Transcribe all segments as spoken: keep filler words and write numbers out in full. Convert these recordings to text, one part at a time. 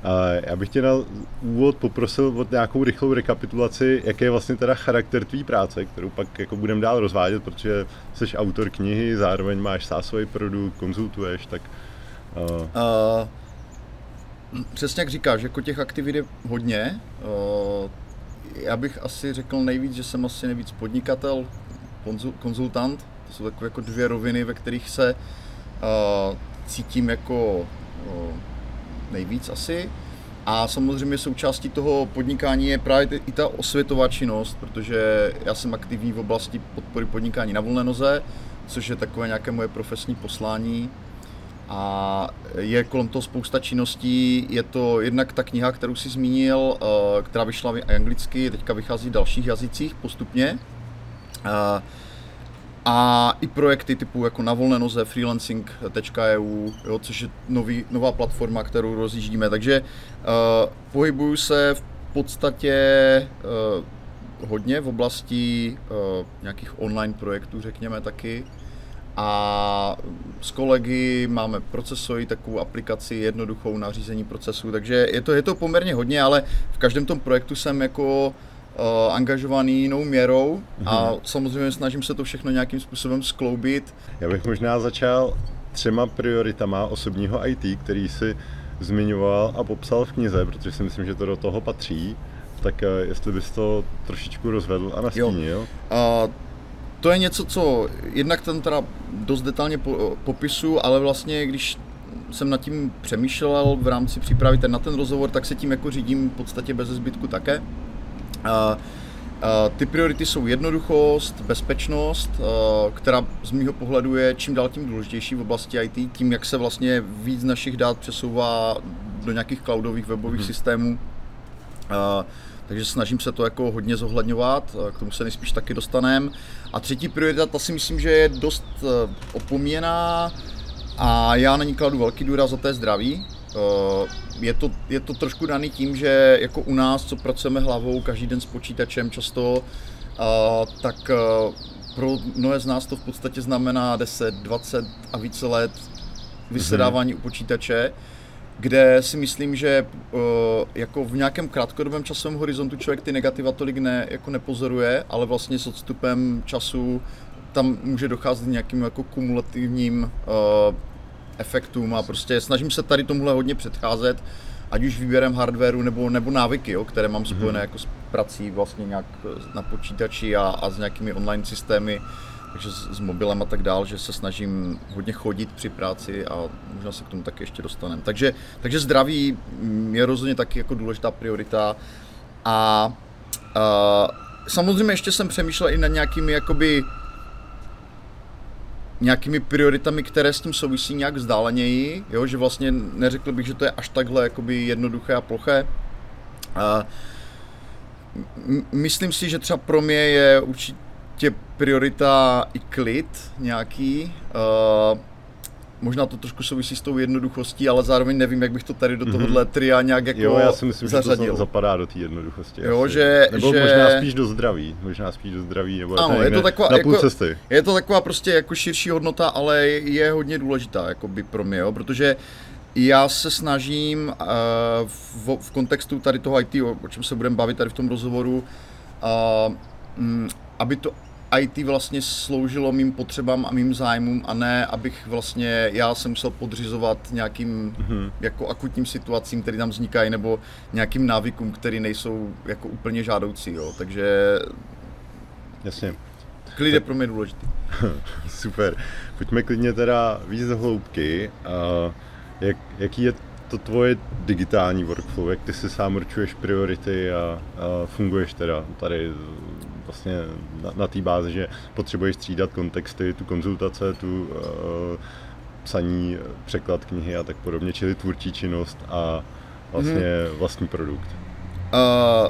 Já bych tě na úvod poprosil o nějakou rychlou rekapitulaci, jaký je vlastně teda charakter tvý práce, kterou pak jako budeme dál rozvádět, protože jsi autor knihy, zároveň máš sásový produkt, konzultuješ, tak... Uh... Uh, přesně jak říkáš, jako těch aktivit je hodně. Uh, já bych asi řekl nejvíc, že jsem asi nejvíc podnikatel, konzul, konzultant. To jsou takové jako dvě roviny, ve kterých se uh, cítím jako uh, nejvíc asi. A samozřejmě součástí toho podnikání je právě i ta osvětová činnost, protože já jsem aktivní v oblasti podpory podnikání na volné noze, což je takové nějaké moje profesní poslání. A je kolem toho spousta činností, je to jednak ta kniha, kterou jsi zmínil, která vyšla anglicky, teďka vychází v dalších jazycích postupně. A i projekty typu jako na volné noze, freelancing tečka e u, jo, což je nový, nová platforma, kterou rozjíždíme. Takže uh, pohybuju se v podstatě uh, hodně v oblasti uh, nějakých online projektů, řekněme taky. A s kolegy máme Procesory, takovou aplikaci jednoduchou na řízení procesů, takže je to, je to poměrně hodně, ale v každém tom projektu jsem jako Uh, angažovaný jinou měrou a mm-hmm. samozřejmě snažím se to všechno nějakým způsobem skloubit. Já bych možná začal třema prioritama osobního í té, který si zmiňoval a popsal v knize, protože si myslím, že to do toho patří. Tak uh, jestli bys to trošičku rozvedl a nastínil. Uh, to je něco, co jednak ten teda dost detailně po, popisu, ale vlastně když jsem nad tím přemýšlel v rámci přípravy ten, na ten rozhovor, tak se tím jako řídím v podstatě bez zbytku také. Uh, uh, ty priority jsou jednoduchost, bezpečnost, uh, která z mýho pohledu je čím dál tím důležitější v oblasti í té, tím jak se vlastně víc našich dat přesouvá do nějakých cloudových webových mm. systémů. Uh, takže snažím se to jako hodně zohledňovat, k tomu se nejspíš taky dostaneme. A třetí priorita, ta si myslím, že je dost uh, opomíjená a já na ní kladu velký důraz, a to je zdraví. Uh, je to, je to trošku daný tím, že jako u nás, co pracujeme hlavou každý den s počítačem často, uh, tak uh, pro mnohé z nás to v podstatě znamená deset, dvacet a více let vysedávání mm-hmm. u počítače, kde si myslím, že uh, jako v nějakém krátkodobém časovém horizontu člověk ty negativa tolik ne, jako nepozoruje, ale vlastně s odstupem času tam může docházet nějakým jako kumulativním uh, efektům a prostě snažím se tady tomuhle hodně předcházet, ať už výběrem hardwareu nebo, nebo návyky, jo, které mám spojené mm-hmm. jako s prací vlastně nějak na počítači a, a s nějakými online systémy, takže s, s mobilem a tak dál, že se snažím hodně chodit při práci a možná se k tomu taky ještě dostaneme. Takže, takže zdraví je rozhodně taky jako důležitá priorita a, a samozřejmě ještě jsem přemýšlel i nad nějakými jakoby nějakými prioritami, které s tím souvisí nějak vzdáleněji, jo, že vlastně neřekl bych, že to je až takhle jakoby jednoduché a ploché. A myslím si, že třeba pro mě je určitě priorita i klid nějaký. Uh, možná to trošku souvisí s tou jednoduchostí, ale zároveň nevím, jak bych to tady do tohohle tria nějak jako jo, já si myslím, zařadil. Že to zapadá do té jednoduchosti. Jo, že, nebo že... možná spíš do zdraví, možná spíš do zdraví, nebo ano, je to taková, na půl jako, cesty. Je to taková prostě jako širší hodnota, ale je hodně důležitá jakoby pro mě, jo, protože já se snažím uh, v, v kontextu tady toho í té, o, o čem se budeme bavit tady v tom rozhovoru, uh, um, aby to í té vlastně sloužilo mým potřebám a mým zájmům a ne, abych vlastně já se musel podřizovat nějakým mm-hmm. jako akutním situacím, které tam vznikají, nebo nějakým návykům, které nejsou jako úplně žádoucí, jo. Takže jasně. Klid je pro mě důležitý. Super. Pojďme klidně teda víc do hloubky. Uh, jak, jaký je to tvoje digitální workflow, jak ty si sám určuješ priority a, a funguješ teda tady vlastně na, na té bázi, že potřebuješ střídat kontexty, tu konzultace, tu uh, psaní, překlad knihy a tak podobně, čili tvůrčí činnost a vlastně mm-hmm. vlastní produkt. Uh,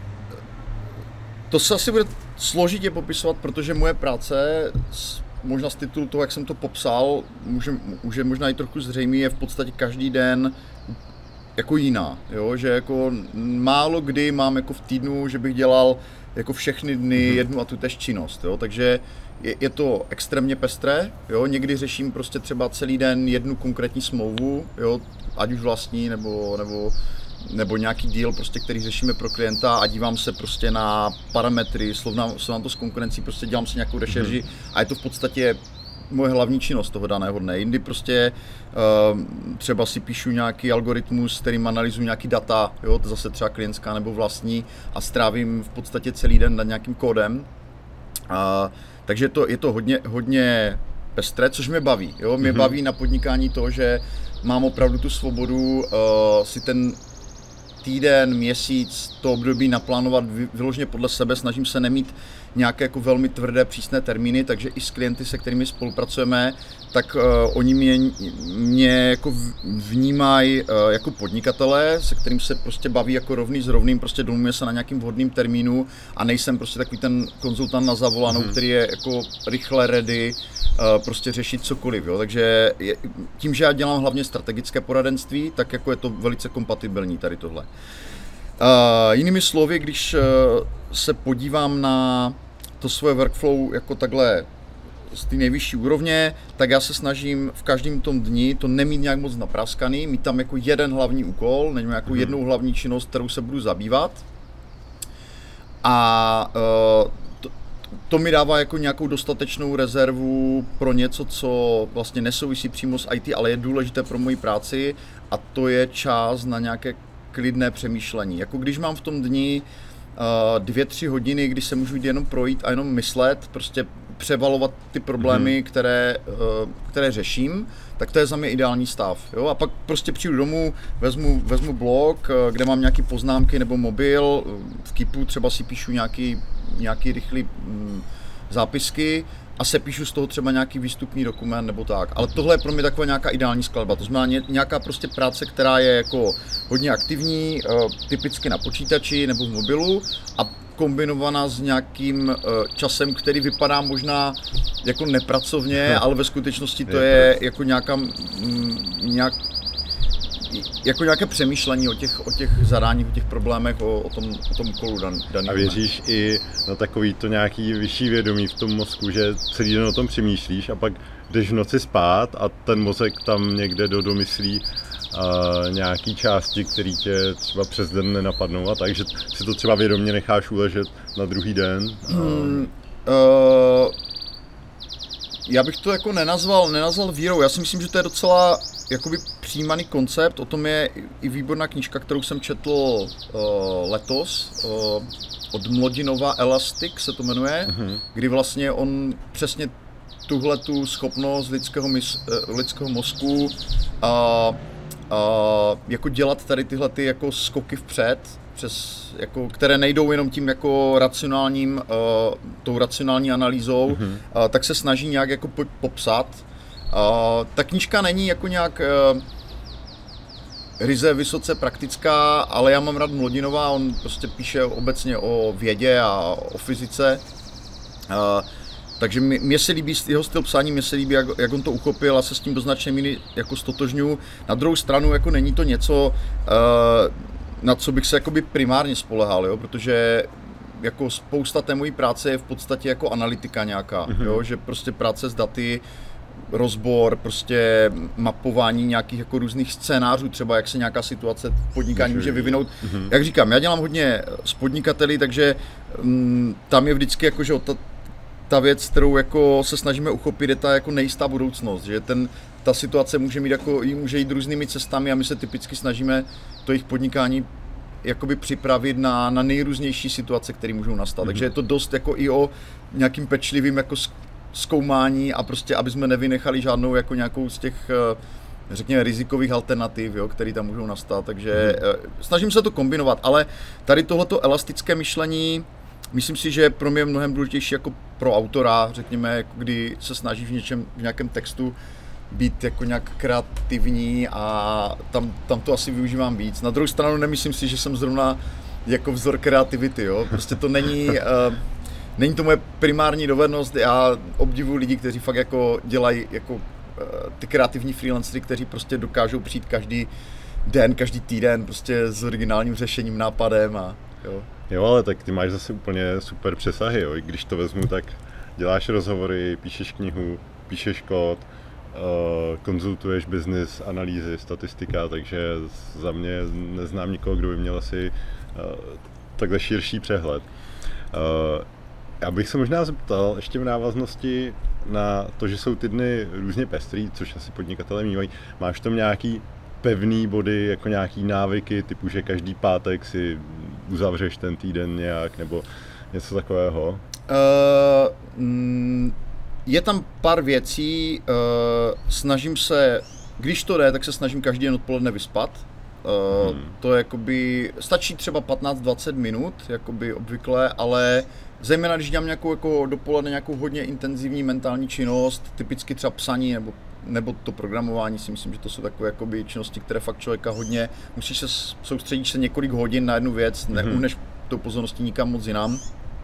to se asi bude složitě popisovat, protože moje práce, možná z titulu toho, jak jsem to popsal, může, může možná i trochu zřejmý, je v podstatě každý den jako jiná, jo? Že jako málo kdy mám jako v týdnu, že bych dělal jako všechny dny jednu a tu též činnost, jo? Takže je, je to extrémně pestré, jo? Někdy řeším prostě třeba celý den jednu konkrétní smlouvu, jo? Ať už vlastní nebo, nebo, nebo nějaký deal, prostě, který řešíme pro klienta a dívám se prostě na parametry, srovnám, srovnám to s konkurencí, prostě dělám si nějakou rešerži a je to v podstatě moje hlavní činnost toho daného dne. Jindy prostě uh, třeba si píšu nějaký algoritmus, kterým analyzuju nějaký data, jo, to zase třeba klientská nebo vlastní a strávím v podstatě celý den nad nějakým kódem. Uh, takže to, je to hodně, hodně pestré, což mě baví. Jo? Mě mm-hmm. baví na podnikání to, že mám opravdu tu svobodu uh, si ten týden, měsíc, to období naplánovat vyloženě podle sebe, snažím se nemít nějaké jako velmi tvrdé, přísné termíny, takže i s klienty, se kterými spolupracujeme, tak uh, oni mě, mě jako vnímají uh, jako podnikatele, se kterým se prostě baví jako rovný s rovným, prostě domluvíme se na nějakým vhodným termínu a nejsem prostě takový ten konzultant na zavolanou, mm-hmm. který je jako rychle ready uh, prostě řešit cokoliv, jo. Takže je, tím, že já dělám hlavně strategické poradenství, tak jako je to velice kompatibilní tady tohle. Uh, jinými slovy, když uh, se podívám na to svoje workflow jako takhle z té nejvyšší úrovně, tak já se snažím v každém tom dni to nemít nějak moc napraskaný, mít tam jako jeden hlavní úkol, nevím, jako mm-hmm. jednou hlavní činnost, kterou se budu zabývat. A uh, to, to mi dává jako nějakou dostatečnou rezervu pro něco, co vlastně nesouvisí přímo s í té, ale je důležité pro moji práci a to je čas na nějaké klidné přemýšlení. Jako když mám v tom dni uh, dvě, tři hodiny, kdy se můžu jít jenom projít a jenom myslet, prostě převalovat ty problémy, mm. které, uh, které řeším, tak to je za mě ideální stav. Jo? A pak prostě přijdu domů, vezmu, vezmu blog, uh, kde mám nějaké poznámky nebo mobil, v Keepu třeba si píšu nějaký, nějaký rychlý um, zápisky a se píšu z toho třeba nějaký výstupní dokument nebo tak. Ale tohle je pro mě taková nějaká ideální skladba. To znamená nějaká prostě práce, která je jako hodně aktivní, typicky na počítači nebo v mobilu a kombinovaná s nějakým časem, který vypadá možná jako nepracovně, ale ve skutečnosti to je jako nějaká, nějak, jako nějaké přemýšlení o těch, o těch zadáních, o těch problémech, o, o tom, o tom kolu dan, daný. A věříš i na takový to nějaký vyšší vědomí v tom mozku, že celý den o tom přemýšlíš a pak jdeš v noci spát a ten mozek tam někde dodomyslí uh, nějaký části, které tě třeba přes den nenapadnou a tak, že si to třeba vědomě necháš uležet na druhý den? Hmm, uh, já bych to jako nenazval, nenazval vírou, já si myslím, že to je docela jakoby přijímaný koncept, o tom je i výborná knížka, kterou jsem četl uh, letos, uh, od Mlodinova Elastic se to jmenuje, uh-huh. kdy vlastně on přesně tuhletu schopnost lidského, mys, uh, lidského mozku uh, uh, jako dělat tady tyhle ty jako skoky vpřed, přes, jako, které nejdou jenom tím jako racionálním, uh, tou racionální analýzou, uh-huh. uh, tak se snaží nějak jako po, popsat. Uh, ta knížka není jako nějak uh, ryze vysoce praktická, ale já mám rád Mlodinova, on prostě píše obecně o vědě a o fyzice. Uh, takže mně se líbí jeho styl psání, mně se líbí, jak, jak on to uchopil a se s tím do značné míry jako stotožňuji. Na druhou stranu jako není to něco, uh, na co bych se jakoby primárně spolehal, jo? Protože jako spousta té mojí práce je v podstatě jako analytika nějaká, mm-hmm. jo? Že prostě práce s daty, rozbor, prostě mapování nějakých jako různých scénářů, třeba jak se nějaká situace v podnikání může vyvinout. Mm-hmm. Jak říkám, já dělám hodně s podnikateli, takže um, tam je vždycky jako, že ta, ta věc, kterou jako se snažíme uchopit, je ta jako nejistá budoucnost, že ten, ta situace může mít jako, může jít různými cestami a my se typicky snažíme to jejich podnikání jakoby připravit na, na nejrůznější situace, které můžou nastat. Mm-hmm. Takže je to dost jako i o nějakým pečlivým jako zkoumání a prostě, aby jsme nevynechali žádnou jako nějakou z těch, řekněme, rizikových alternativ, jo, které tam můžou nastat, takže hmm. snažím se to kombinovat, ale tady tohleto elastické myšlení, myslím si, že je pro mě mnohem důležitější jako pro autora, řekněme, jako kdy se snaží v něčem, v nějakém textu být jako nějak kreativní a tam, tam to asi využívám víc. Na druhou stranu nemyslím si, že jsem zrovna jako vzor kreativity, jo, prostě to není... Uh, Není to moje primární dovednost, já obdivuji lidi, kteří fakt jako dělají jako ty kreativní freelancery, kteří prostě dokážou přijít každý, den, každý týden prostě s originálním řešením, nápadem a jo. Jo, ale tak ty máš zase úplně super přesahy, jo. I když to vezmu, tak děláš rozhovory, píšeš knihu, píšeš kód, uh, konzultuješ business, analýzy, statistika, takže za mě neznám nikoho, kdo by měl asi uh, takhle širší přehled. Uh, já bych se možná zeptal ještě v návaznosti na to, že jsou ty dny různě pestrý, což asi podnikatelé mývají. Máš v tom nějaký pevný body, jako nějaký návyky, typu, že každý pátek si uzavřeš ten týden nějak, nebo něco takového? Uh, mm, je tam pár věcí, uh, snažím se, když to jde, tak se snažím každý den odpoledne vyspat. Uh, hmm. To jakoby, stačí třeba patnáct dvacet minut, jakoby obvykle, ale zejména když dělám nějakou jako dopoledne nějakou hodně intenzivní mentální činnost, typicky třeba psaní nebo, nebo to programování, si myslím, že to jsou takové jakoby činnosti, které fakt člověka hodně, musíš se soustředit se několik hodin na jednu věc, hmm. neuhneš tou pozorností nikam moc jinam.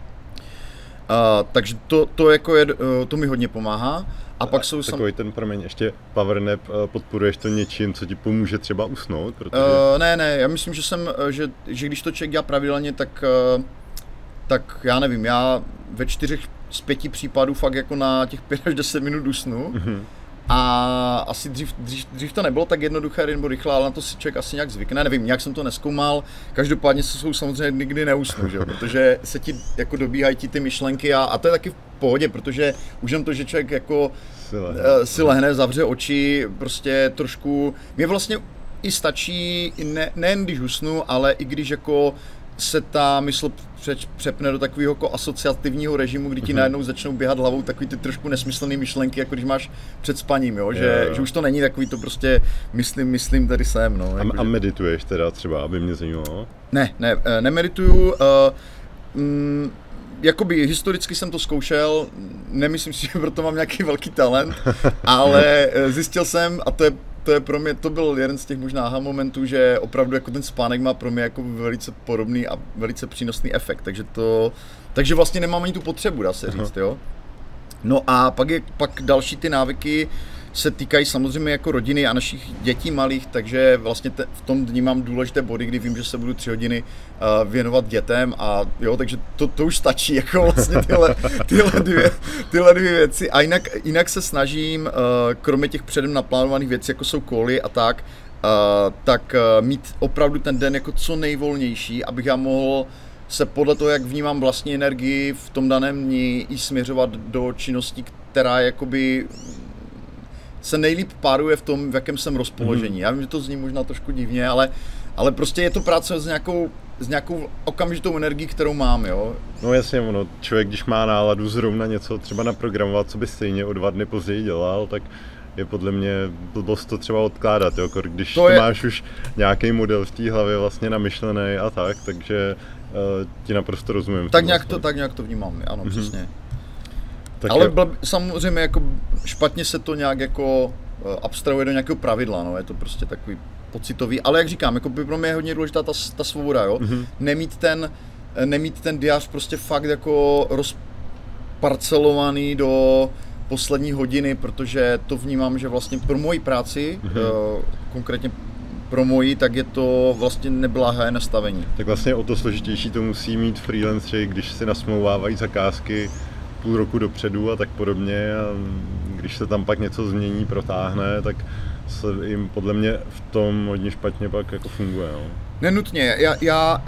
Uh, takže to, to, jako je, to mi hodně pomáhá. A pak jsou takový sam... ten, promiň, ještě power nap, podporuješ to něčím, co ti pomůže třeba usnout? Protože... Uh, ne, ne, já myslím, že jsem, že, že když to člověk dělá pravidelně, tak, uh, tak já nevím, já ve čtyřech z pěti případů fakt jako na těch pět až deset minut usnu. Mm-hmm. A asi dřív, dřív, dřív to nebylo tak jednoduché nebo rychle, ale na to si člověk asi nějak zvykne, nevím, nějak jsem to nezkoumal, každopádně se jsou samozřejmě nikdy neusnu, že? Protože se ti jako dobíhají ti ty myšlenky a, a to je taky v pohodě, protože už jen to, že člověk jako si lehne, si lehne zavře oči, prostě trošku, mě vlastně i stačí, ne, nejen když usnu, ale i když jako se ta mysl přepne do takového jako asociativního režimu, kdy ti mm-hmm. najednou začnou běhat hlavou takový ty trošku nesmyslné myšlenky, jako když máš před spaním, jo? Že, jo, jo. že už to není takový to prostě myslím, myslím, tady jsem. No, jako, a, a medituješ teda třeba, aby mě zajímalo? Ne, ne, nemedituju. Uh, mm, jakoby historicky jsem to zkoušel, nemyslím si, že proto mám nějaký velký talent, ale zjistil jsem, a to je To je pro mě, to byl jeden z těch možná aha momentů, že opravdu jako ten spánek má pro mě jako velice podobný a velice přínosný efekt, takže to, takže vlastně nemám ani tu potřebu, dá se říct, jo. No a pak je, pak další ty návyky se týkají samozřejmě jako rodiny a našich dětí malých, takže vlastně te, v tom dní mám důležité body, kdy vím, že se budu tři hodiny uh, věnovat dětem a jo, takže to, to už stačí, jako vlastně tyhle, tyhle, dvě, tyhle dvě věci a jinak, jinak se snažím, uh, kromě těch předem naplánovaných věcí, jako jsou koly a tak, uh, tak uh, mít opravdu ten den jako co nejvolnější, abych já mohl se podle toho, jak vnímám vlastní energii v tom daném dni i směřovat do činností, která jakoby se nejlíp páruje v tom, v jakém jsem rozpoložení. Mm-hmm. Já vím, že to zní možná trošku divně, ale, ale prostě je to práce s nějakou, s nějakou okamžitou energií, kterou mám, jo. No jasně, ono, člověk, když má náladu zrovna něco třeba naprogramovat, co by stejně o dva dny později dělal, tak je podle mě blbost to třeba odkládat, jo, když to je... máš už nějaký model v té hlavě vlastně namyšlený a tak, takže uh, ti naprosto rozumím. Tak nějak, to, tak nějak to vnímám, ano, mm-hmm. přesně. Tak ale blb, samozřejmě jako špatně se to nějak jako uh, abstrahuje do nějakého pravidla, no, je to prostě takový pocitový, ale jak říkám, jako by pro mě je hodně důležitá ta, ta svoboda, jo, mm-hmm. nemít ten, nemít ten diář prostě fakt jako rozparcelovaný do poslední hodiny, protože to vnímám, že vlastně pro moji práci, mm-hmm. uh, konkrétně pro moji, tak je to vlastně neblahé nastavení. Tak vlastně o to složitější to musí mít freelanceri, když si nasmlouvávají zakázky půl roku dopředu a tak podobně a když se tam pak něco změní, protáhne, tak se jim podle mě v tom hodně špatně pak jako funguje. No. Nenutně, já, já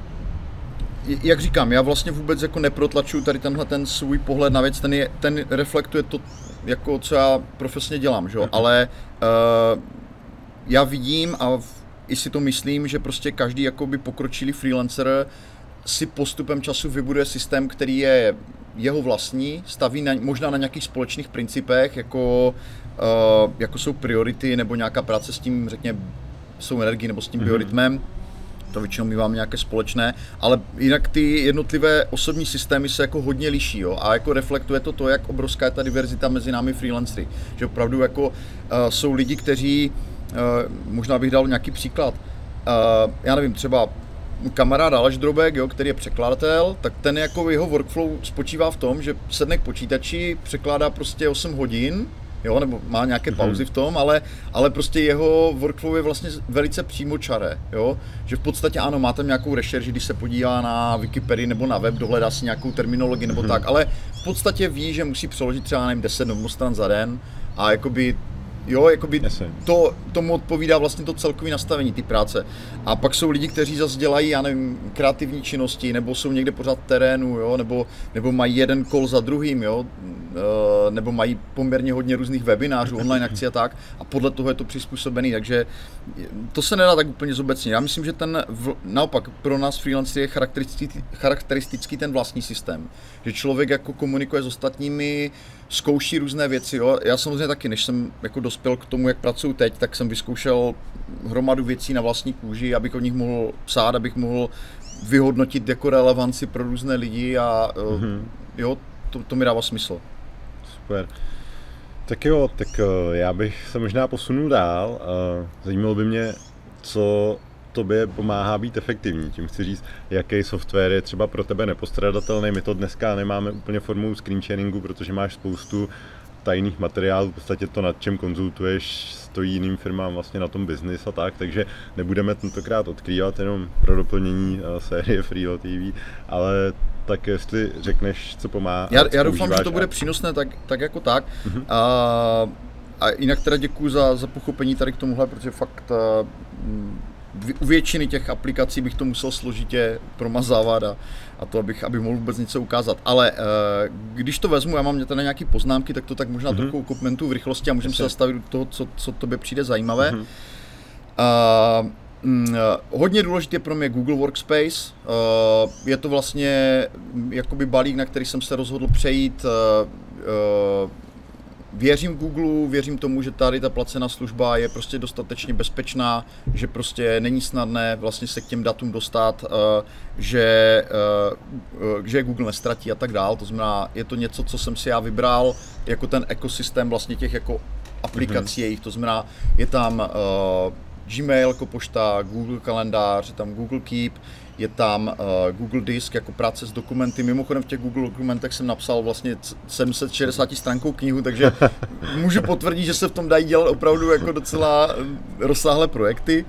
uh, jak říkám, já vlastně vůbec jako neprotlačuju tady tenhle ten svůj pohled na věc, ten, je, ten reflektuje to, jako co já profesně dělám, že? Ale uh, já vidím a v, i si to myslím, že prostě každý jakoby pokročilý freelancer si postupem času vybuduje systém, který je jeho vlastní, staví na, možná na nějakých společných principech, jako, uh, jako jsou priority nebo nějaká práce s tím, řekněme, jsou energií nebo s tím mm-hmm. biorytmem. To většinou míváme nějaké společné, ale jinak ty jednotlivé osobní systémy se jako hodně liší, jo? A jako reflektuje to to, jak obrovská je ta diverzita mezi námi freelancery. Že opravdu jako uh, jsou lidi, kteří, uh, možná bych dal nějaký příklad, uh, já nevím, třeba kamarád Aleš Drobek, jo, který je překladatel, tak ten jako jeho workflow spočívá v tom, že sedne k počítači, překládá prostě osm hodin jo, nebo má nějaké pauzy v tom, ale, ale prostě jeho workflow je vlastně velice přímočaré, jo, že v podstatě ano, má tam nějakou rešerži, když se podívá na Wikipedii nebo na web, dohledá si nějakou terminologii nebo tak, ale v podstatě ví, že musí přeložit třeba nevím, deset nomostran za den a jakoby jo, jakoby to, tomu odpovídá vlastně to celkové nastavení té práce. A pak jsou lidi, kteří zase dělají, já nevím, kreativní činnosti, nebo jsou někde pořád v terénu, jo, nebo, nebo mají jeden call za druhým, jo, e, nebo mají poměrně hodně různých webinářů, online akcí a tak, a podle toho je to přizpůsobený, takže to se nedá tak úplně zobecnit. Já myslím, že ten, naopak, pro nás freelancery je charakteristický, charakteristický ten vlastní systém, že člověk jako komunikuje s ostatními, zkouší různé věci, jo. Já samozřejmě taky, než jsem jako dospěl k tomu, jak pracuji teď, tak jsem vyzkoušel hromadu věcí na vlastní kůži, abych o nich mohl psát, abych mohl vyhodnotit jako relevanci pro různé lidi a mm-hmm. jo, to, to mi dává smysl. Super. Tak jo, tak já bych se možná posunul dál. Zajímalo by mě, co tobě pomáhá být efektivní. Tím chci říct, jaký software je třeba pro tebe nepostradatelný. My to dneska nemáme úplně formou screen sharingu, protože máš spoustu tajných materiálů, v podstatě to, nad čem konzultuješ, stojí jiným firmám vlastně na tom biznis a tak, takže nebudeme tentokrát odkrývat jenom pro doplnění uh, série Freelo T V, ale tak jestli řekneš, co pomáhá. Já, já doufám, že to bude a... přínosné tak, tak jako tak. Uh-huh. A, a jinak teda děkuju za, za pochopení tady k tomuhle, protože fakt uh, u většiny těch aplikací bych to musel složitě promazávat a, a to, abych, aby mohl vůbec něco ukázat. Ale uh, když to vezmu, já mám tady nějaké poznámky, tak to tak možná mm-hmm. trochu komentuju v rychlosti a můžeme se zastavit do toho, co, co tobě přijde zajímavé. Mm-hmm. Uh, mm, hodně důležitý pro mě Google Workspace. Uh, je to vlastně jakoby balík, na který jsem se rozhodl přejít. Uh, uh, Věřím Google, věřím tomu, že tady ta placená služba je prostě dostatečně bezpečná, že prostě není snadné vlastně se k těm datům dostat, že, že Google nestratí a tak dál. To znamená, je to něco, co jsem si já vybral jako ten ekosystém vlastně těch jako aplikací mm-hmm. jejich. To znamená, je tam uh, Gmail jako pošta, Google kalendář, je tam Google Keep, je tam uh, Google Disk jako práce s dokumenty. Mimochodem v těch Google dokumentech jsem napsal vlastně sedm set šedesát stránkovou knihu, takže můžu potvrdit, že se v tom dají dělat opravdu jako docela rozsáhlé projekty.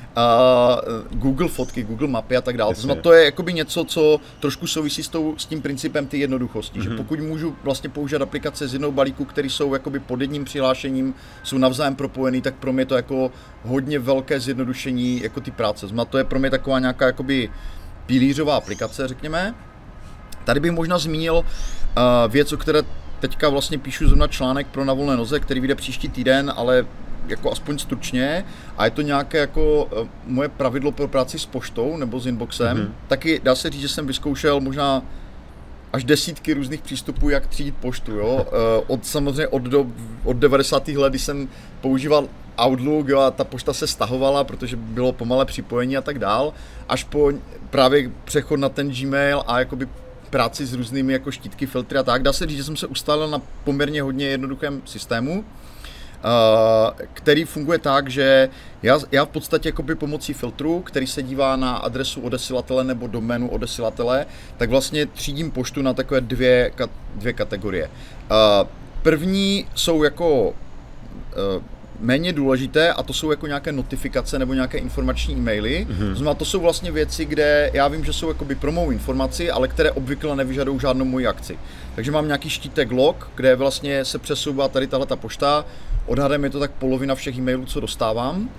Uh, Google fotky, Google mapy a tak dále. To, to je jakoby něco, co trošku souvisí s, tou, s tím principem ty jednoduchosti, mm-hmm. že pokud můžu vlastně použít aplikace z jednou balíku, které jsou jakoby pod jedním přihlášením, jsou navzájem propojený, tak pro mě to jako hodně velké zjednodušení jako ty práce. Znamená, to je pro mě taková nějaká jakoby pilířová aplikace, řekněme. Tady bych možná zmínil uh, věc, o které teďka vlastně píšu zrovna článek pro Na volné noze, který vyjde příští týden, ale jako aspoň stručně, a je to nějaké jako uh, moje pravidlo pro práci s poštou nebo s inboxem. Mm-hmm. Taky dá se říct, že jsem vyzkoušel možná až desítky různých přístupů, jak třídit poštu, jo. Uh, od samozřejmě od, do, od devadesátých let, kdy jsem používal Outlook, jo, a ta pošta se stahovala, protože bylo pomalé připojení a tak dál, až po právě přechod na ten Gmail a jakoby práci s různými jako štítky, filtry a tak. Dá se říct, že jsem se ustálil na poměrně hodně jednoduchém systému, který funguje tak, že já, já v podstatě jakoby pomocí filtru, který se dívá na adresu odesilatele nebo doménu odesilatele, tak vlastně třídím poštu na takové dvě, dvě kategorie. První jsou jako méně důležité a to jsou jako nějaké notifikace nebo nějaké informační e-maily. Mm-hmm. To znamená, to jsou vlastně věci, kde já vím, že jsou jakoby pro mou informaci, ale které obvykle nevyžadují žádnou moji akci. Takže mám nějaký štítek log, kde vlastně se přesouvá tady tahleta pošta. Odhadem je to tak polovina všech e-mailů, co dostávám. Uh,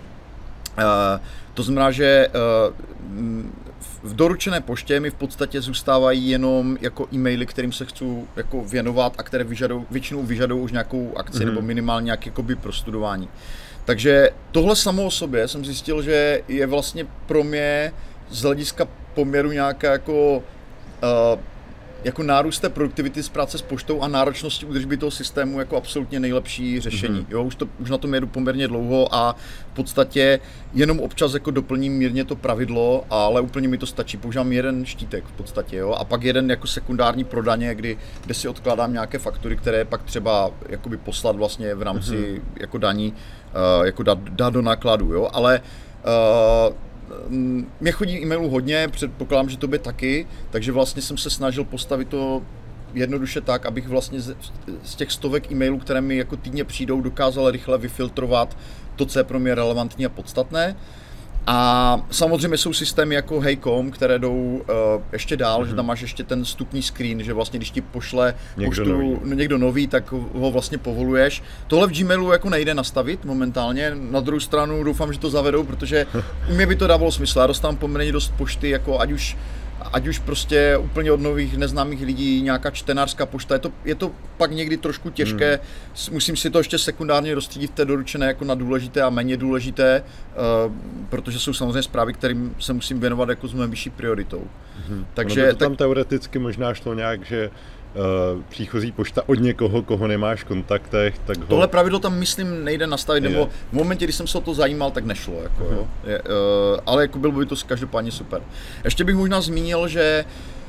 to znamená, že uh, v doručené poště mi v podstatě zůstávají jenom jako e-maily, kterým se chci jako věnovat a které vyžadou, většinou vyžadují už nějakou akci mm-hmm. nebo minimálně nějaké jakoby prostudování. Takže tohle samo o sobě jsem zjistil, že je vlastně pro mě z hlediska poměru nějaká jako uh, jako nárůst té produktivity z práce s poštou a náročnosti údržby toho systému jako absolutně nejlepší řešení. Mm-hmm. Jo, už, to, už na tom jedu poměrně dlouho a v podstatě jenom občas jako doplním mírně to pravidlo, ale úplně mi to stačí. Používám jeden štítek v podstatě, jo, a pak jeden jako sekundární pro daně, kdy, kde si odkládám nějaké faktury, které pak třeba jakoby poslat vlastně v rámci mm-hmm. jako daní, uh, jako dát, dát do nákladu, jo, ale uh, mě chodí e-mailů hodně, předpokládám, že tobě taky, takže vlastně jsem se snažil postavit to jednoduše tak, abych vlastně z, z těch stovek e-mailů, které mi jako týdně přijdou, dokázal rychle vyfiltrovat to, co je pro mě relevantní a podstatné. A samozřejmě jsou systémy jako Hey.com, které jdou uh, ještě dál, mm-hmm. že tam máš ještě ten vstupní screen, že vlastně když ti pošle někdo poštu nový. někdo nový, tak ho vlastně povoluješ. Tohle v Gmailu jako nejde nastavit momentálně, na druhou stranu doufám, že to zavedou, protože mě by to dávalo smysl. Já dostávám poměrně dost pošty, jako ať už ať už prostě úplně od nových neznámých lidí, nějaká čtenářská pošta, je to, je to pak někdy trošku těžké, hmm. musím si to ještě sekundárně rozstřídit v té doručené jako na důležité a méně důležité, uh, protože jsou samozřejmě zprávy, kterým se musím věnovat jako s mnohem vyšší prioritou. Hmm. Takže ono by to tak... tam teoreticky možná šlo nějak, že Uh, příchozí pošta od někoho, koho nemáš v kontaktech, tak ho... Tohle pravidlo tam, myslím, nejde nastavit, je. nebo v momentě, kdy jsem se o to zajímal, tak nešlo, jako, uh-huh. jo. Je, uh, ale jako bylo by to každopádně super. Ještě bych možná zmínil, že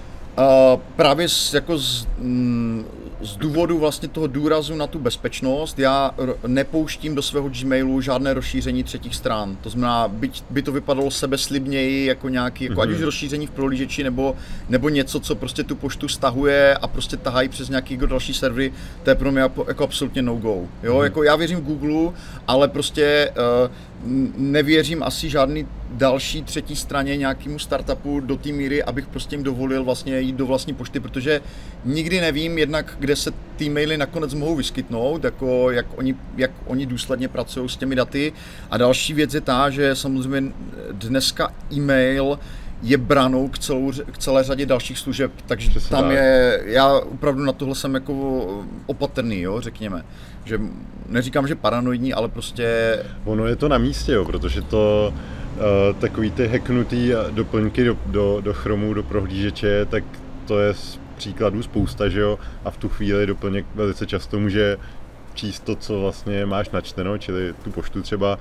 uh, právě z, jako z, mm, z důvodu vlastně toho důrazu na tu bezpečnost, já r- nepouštím do svého Gmailu žádné rozšíření třetích stran. To znamená, byť by to vypadalo sebeslibněji jako nějaký, jako mm-hmm. ať už rozšíření v prohlížeči, nebo, nebo něco, co prostě tu poštu stahuje a prostě tahají přes nějaký další servery, to je pro mě jako, jako absolutně no-go. Jo, mm-hmm. jako já věřím Google, ale prostě uh, nevěřím asi žádný další třetí straně, nějakému startupu do té míry, abych prostě jim dovolil vlastně jít do vlastní pošty, protože nikdy nevím jednak, kde se ty maily nakonec mohou vyskytnout, jako jak oni, jak oni důsledně pracují s těmi daty. A další věc je ta, že samozřejmě dneska e-mail je branou k, celou, k celé řadě dalších služeb, takže Přesně tam tak. je, já opravdu na tohle jsem jako opatrný, jo, řekněme. Že neříkám, že paranoidní, ale prostě... Ono je to na místě, jo, protože to uh, takový ty hacknutý doplňky do, do, do Chromu, do prohlížeče, tak to je z příkladů spousta, že jo, a v tu chvíli doplněk velice často může číst to, co vlastně máš načteno, čili tu poštu třeba,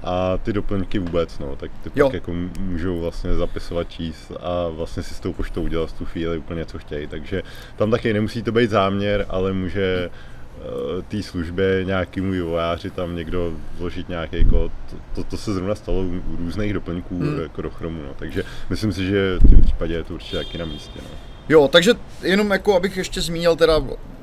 a ty doplňky vůbec, no, tak ty jo. pak jako můžou vlastně zapisovat, číst a vlastně si s tou poštou udělat v tu chvíli úplně co chtějí, takže tam taky nemusí to být záměr, ale může té službě nějakému vývojáři tam někdo vložit nějaký kód. To, to se zrovna stalo u různých doplňků hmm. jako do Chromu, no. Takže myslím si, že v tom případě je to určitě taky na místě. No. Jo, takže jenom jako abych ještě zmínil teda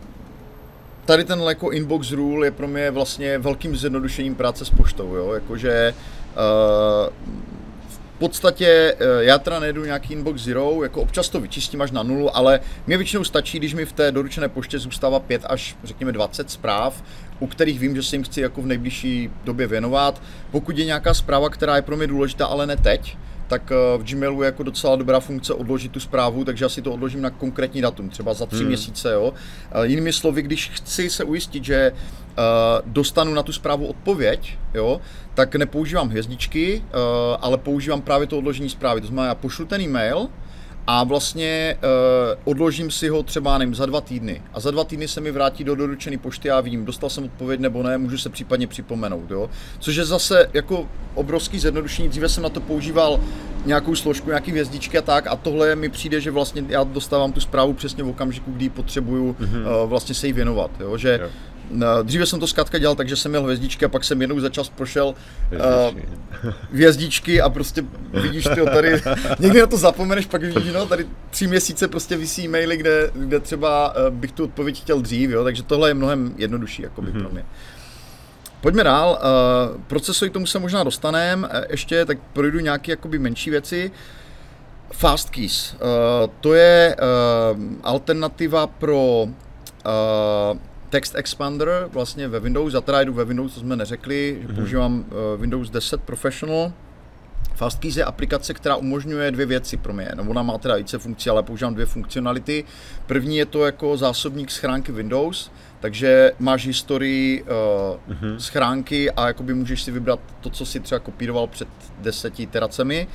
tady ten jako inbox rule je pro mě vlastně velkým zjednodušením práce s poštou, jo, jakože uh, v podstatě já teda nejedu nějaký inbox zero, jako občas to vyčistím až na nulu, ale mě většinou stačí, když mi v té doručené poště zůstává pět až řekněme dvacet zpráv, u kterých vím, že se jim chci jako v nejbližší době věnovat. Pokud je nějaká zpráva, která je pro mě důležitá, ale ne teď, tak v Gmailu je jako docela dobrá funkce odložit tu zprávu, takže já si to odložím na konkrétní datum, třeba za tři hmm. měsíce, jo. Jinými slovy, když chci se ujistit, že uh, dostanu na tu zprávu odpověď, jo, tak nepoužívám hvězdičky, uh, ale používám právě to odložení zprávy. To znamená, já pošlu ten e-mail a vlastně uh, odložím si ho třeba, nevím, za dva týdny. A za dva týdny se mi vrátí do doručené pošty a vím, dostal jsem odpověď nebo ne, můžu se případně připomenout, jo. Což je zase jako obrovský zjednodušení. Dříve jsem na to používal nějakou složku, nějaký hvězdičky a tak, a tohle mi přijde, že vlastně já dostávám tu zprávu přesně v okamžiku, kdy potřebuju mm-hmm. uh, vlastně se jí věnovat, jo, že jo. Dříve jsem to zkrátka dělal tak, že jsem měl hvězdičky a pak jsem jednou za čas prošel uh, hvězdičky a prostě vidíš ty tady, někdy na to zapomeneš, pak vidíš, no tady tři měsíce prostě visí maily, kde, kde třeba uh, bych tu odpověď chtěl dřív, jo, takže tohle je mnohem jednodušší jakoby mm-hmm. pro mě. Pojďme dál, uh, procesory, k tomu se možná dostaneme, uh, ještě tak projdu nějaké jakoby menší věci. Fast keys, uh, to je uh, alternativa pro uh, Text Expander vlastně ve Windows, já teda jdu ve Windows, to jsme neřekli, že mm-hmm. používám uh, Windows deset Professional. Fastkeys je aplikace, která umožňuje dvě věci pro mě, no ona má teda více funkcí, ale používám dvě funkcionality. První je to jako zásobník schránky Windows, takže máš historii uh, mm-hmm. schránky a jakoby můžeš si vybrat to, co si třeba kopíroval před deseti iteracemi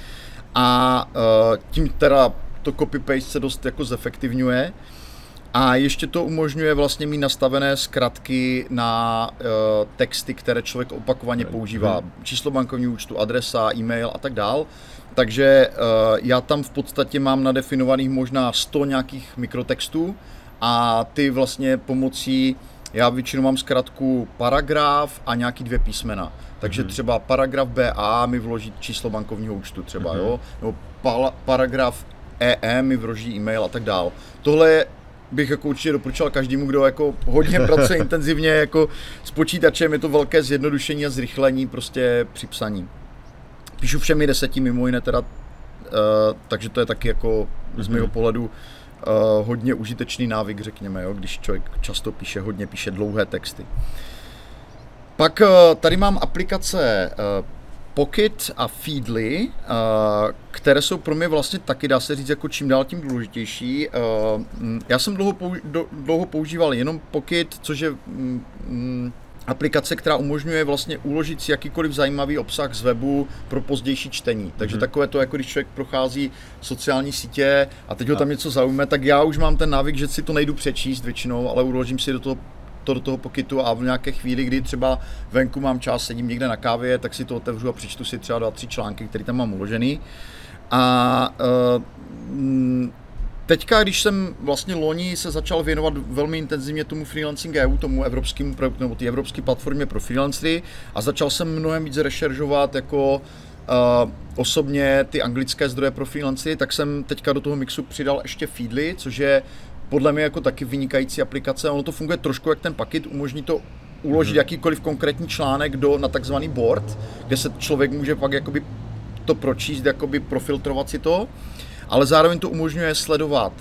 a uh, tím teda to copy-paste se dost jako zefektivňuje. A ještě to umožňuje vlastně mít nastavené zkratky na uh, texty, které člověk opakovaně používá. Číslo bankovního účtu, adresa, e-mail a tak dál. Takže uh, já tam v podstatě mám nadefinovaných možná sto nějakých mikrotextů a ty vlastně pomocí, já většinou mám zkratku paragraf a nějaký dvě písmena. Takže mm-hmm. třeba paragraf B A mi vloží číslo bankovního účtu třeba, mm-hmm. jo, nebo pa- paragraf E E mi vloží e-mail a tak dál. Tohle je bych jako určitě doporučoval každému, kdo jako hodně pracuje intenzivně jako s počítačem, je to velké zjednodušení a zrychlení prostě při psaní. Píšu všemi deseti mimo jiné teda, uh, takže to je taky jako z mého pohledu uh, hodně užitečný návyk, řekněme, jo, když člověk často píše, hodně píše dlouhé texty. Pak uh, tady mám aplikace uh, Pocket a Feedly, uh, které jsou pro mě vlastně taky, dá se říct, jako čím dál tím důležitější. Uh, já jsem dlouho, použi- do, dlouho používal jenom Pocket, což je mm, mm, aplikace, která umožňuje vlastně uložit si jakýkoliv zajímavý obsah z webu pro pozdější čtení. Takže mm-hmm. takové to, jako když člověk prochází sociální sítě a teď ho tam něco zaujme, tak já už mám ten návyk, že si to nejdu přečíst většinou, ale uložím si do toho to do toho Pocketu a v nějaké chvíli, kdy třeba venku mám čas, sedím někde na kávě, tak si to otevřu a přečtu si třeba dva, tři články, které tam mám uložený. A uh, teďka, když jsem vlastně loni se začal věnovat velmi intenzivně tomu Freelancing E U, tomu evropskému projektu, nebo té evropské platformě pro freelancery a začal jsem mnohem víc rešeržovat jako uh, osobně ty anglické zdroje pro freelancery, tak jsem teďka do toho mixu přidal ještě Feedly, což je podle mě jako taky vynikající aplikace. Ono to funguje trošku jak ten Pocket, umožní to uložit mm-hmm. jakýkoliv konkrétní článek do, na takzvaný board, kde se člověk může pak jakoby to pročíst, jakoby profiltrovat si to, ale zároveň to umožňuje sledovat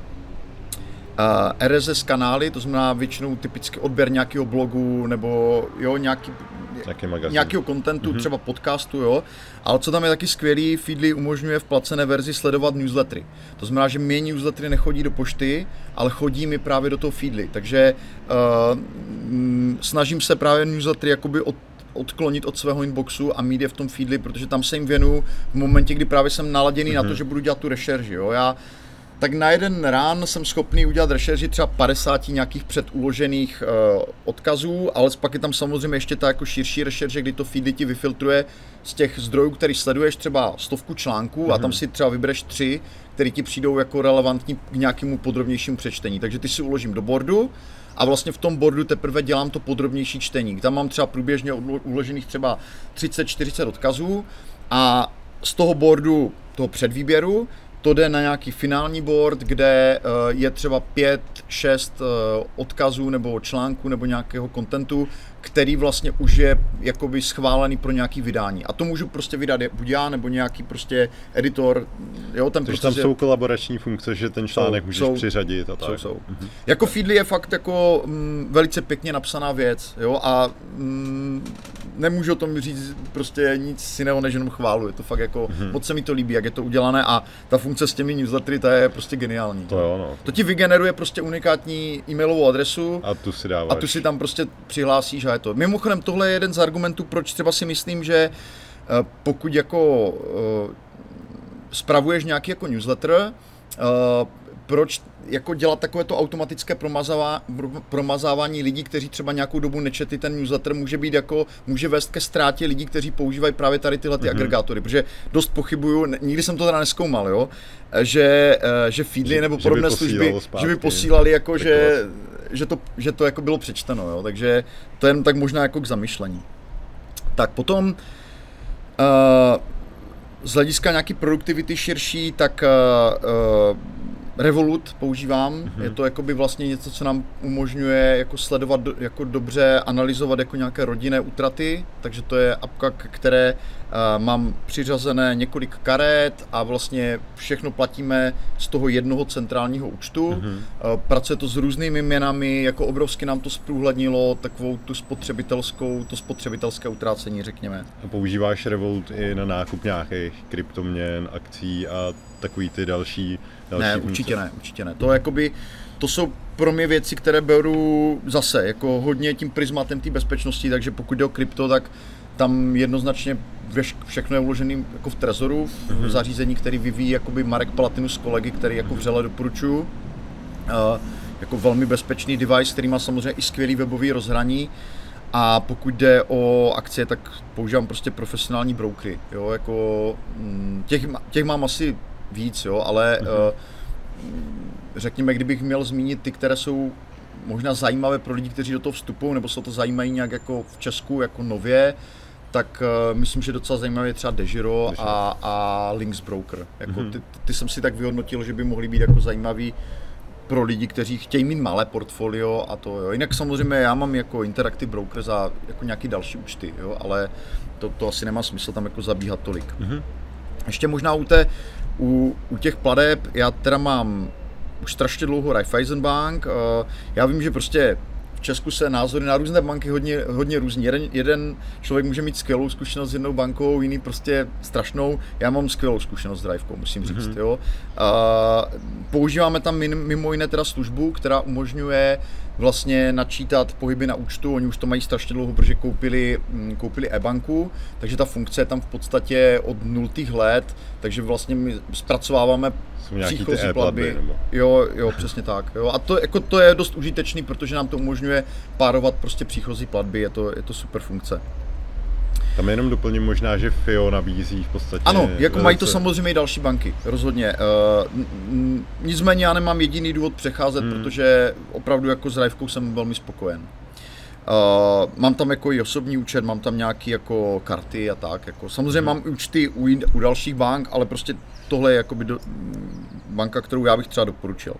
uh, R S S kanály, to znamená většinou typicky odběr nějakého blogu nebo jo, nějaký, nějakého kontentu, mm-hmm. třeba podcastu, jo. Ale co tam je taky skvělý, Feedly umožňuje v placené verzi sledovat newslettery. To znamená, že mé newslettery nechodí do pošty, ale chodí mi právě do toho Feedly. Takže uh, m, snažím se právě newslettery jakoby od, odklonit od svého inboxu a mít je v tom Feedly, protože tam se jim věnuju v momentě, kdy právě jsem naladěný mm-hmm. na to, že budu dělat tu rešerži, jo. Já tak na jeden rán jsem schopný udělat rešerži třeba padesáti nějakých předuložených uh, odkazů, ale pak je tam samozřejmě ještě ta jako širší rešerže, kdy to Feedly ti vyfiltruje z těch zdrojů, který sleduješ, třeba stovku článků mm-hmm. a tam si třeba vybereš tři, které ti přijdou jako relevantní k nějakému podrobnějšímu přečtení. Takže ty si uložím do boardu a vlastně v tom boardu teprve dělám to podrobnější čtení. Tam mám třeba průběžně uložených třeba třicet čtyřicet odkazů a z toho boardu, toho předvýběru, to jde na nějaký finální board, kde je třeba pět, šest odkazů nebo článků nebo nějakého kontentu, který vlastně už je jakoby schválený pro nějaký vydání. A to můžu prostě vydat buď já nebo nějaký prostě editor. Jo, ten Takže tam jsou je... kolaborační funkce, že ten článek jsou, můžeš jsou, přiřadit a tak. Jsou, jsou. Mhm. Jako Feedly je fakt jako m, velice pěkně napsaná věc, jo, a m, nemůžu o tom říct prostě nic jiného, než jenom chválu. Je to fakt jako, mhm. moc se mi to líbí, jak je to udělané a ta funkce s těmi newslettery, ta je prostě geniální. To, jo, no. To ti vygeneruje prostě unikátní e-mailovou adresu a tu si dáváš. A tu si tam prostě přihlásíš a je to. Mimochodem tohle je jeden z argumentů, proč třeba si myslím, že pokud jako spravuješ nějaký jako newsletter, proč jako dělat takové to automatické promazává, promazávání lidí, kteří třeba nějakou dobu nečetli ten newsletter, může být jako, může vést ke ztrátě lidí, kteří používají právě tady tyhle ty mm-hmm. agregátory, protože dost pochybuju, nikdy jsem to teda nezkoumal, jo, že, že Feedly že, nebo že podobné služby, zpátky, že by posílali jako, že, že, to, že to jako bylo přečteno, jo, takže to je jen tak možná jako k zamyšlení. Tak potom uh, z hlediska nějaký produktivity širší, tak uh, Revolut používám, mm-hmm. je to jakoby vlastně něco, co nám umožňuje jako sledovat, do, jako dobře analyzovat jako nějaké rodinné útraty, takže to je apka, které uh, mám přiřazené několik karet a vlastně všechno platíme z toho jednoho centrálního účtu. Mm-hmm. Uh, pracuje to s různými měnami, jako obrovsky nám to zprůhlednilo takovou tu spotřebitelskou, to spotřebitelské utrácení, řekněme. A používáš Revolut i na nákup nějakých kryptoměn, akcí a takový ty další, další Ne, funkce. určitě ne, určitě ne. To, jakoby, to jsou pro mě věci, které beru zase jako hodně tím prismatem té bezpečnosti, takže pokud jde o krypto, tak tam jednoznačně všechno je uložené jako v Trezoru, v mm-hmm. zařízení, který vyvíjí jakoby Marek Palatinus s kolegy, který jako vřele doporučuji. Uh, jako velmi bezpečný device, který má samozřejmě i skvělý webový rozhraní. A pokud jde o akcie, tak používám prostě profesionální brokery, jo, jako těch, těch mám asi víc, jo, ale mm-hmm. řekněme, kdybych měl zmínit ty, které jsou možná zajímavé pro lidi, kteří do toho vstupují, nebo se to zajímají nějak jako v Česku, jako nově, tak uh, myslím, že docela zajímavé je třeba Degiro a, a Links Broker. Jako mm-hmm. ty, ty jsem si tak vyhodnotil, že by mohly být jako zajímavý pro lidi, kteří chtějí mít malé portfolio a to jo. Jinak samozřejmě já mám jako Interactive Broker za jako nějaký další účty, jo, ale to, to asi nemá smysl tam jako zabíhat tolik. Mm-hmm. Ještě možná u, té, u, u těch plateb, já teda mám už strašně dlouho Raiffeisenbank, uh, já vím, že prostě v Česku se názory na různé banky hodně, hodně různí. Jeden, jeden člověk může mít skvělou zkušenost s jednou bankou, jiný prostě strašnou. Já mám skvělou zkušenost s Raifkou, musím říct. Mm-hmm. Jo. Uh, používáme tam mimo jiné teda službu, která umožňuje vlastně načítat pohyby na účtu. Oni už to mají strašně dlouho, protože koupili, koupili e-banku, takže ta funkce je tam v podstatě od nultých let, takže vlastně my zpracováváme příchozí platby. Jo, jo, přesně tak. Jo. A to, jako, to je dost užitečný, protože nám to umožňuje párovat prostě příchozí platby, je to, je to super funkce. Tam jenom doplním možná, že F I O nabízí v podstatě... Ano, jako velice... mají to samozřejmě i další banky, rozhodně. Uh, nicméně já nemám jediný důvod přecházet, hmm. protože opravdu jako s Raifkou jsem velmi spokojen. Uh, mám tam jako i osobní účet, mám tam nějaký jako karty a tak. Jako. Samozřejmě hmm. mám účty u, u dalších bank, ale prostě tohle je jakoby do, banka, kterou já bych třeba doporučil.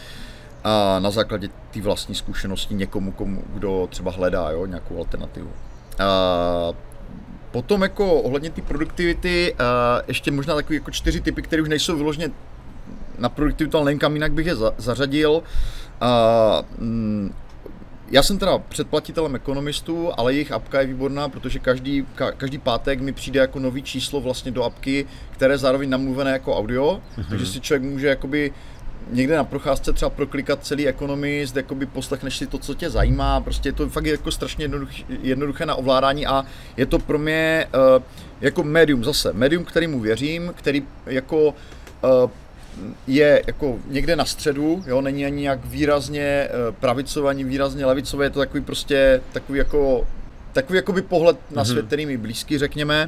A na základě té vlastní zkušenosti někomu, komu, kdo třeba hledá, jo, nějakou alternativu. Uh, Potom jako ohledně té produktivity, uh, ještě možná takový jako čtyři typy, které už nejsou vyloženě na produktivitu, ale nevím, jinak bych je za, zařadil. Uh, mm, já jsem teda předplatitelem ekonomistů, ale jejich apka je výborná, protože každý, ka, každý pátek mi přijde jako nový číslo vlastně do apky, které je zároveň namluvené jako audio, mm-hmm. takže si člověk může jakoby někde na procházce třeba proklikat celý Economist, jakoby poslechneš si to, co tě zajímá, prostě je to fakt jako strašně jednoduché, jednoduché na ovládání a je to pro mě uh, jako médium zase, médium, kterému věřím, který jako uh, je jako někde na středu, jo, není ani jak výrazně uh, pravicové, ani výrazně levicové, je to takový prostě takový jako takový jakoby pohled na svět, který mi blízký, řekněme,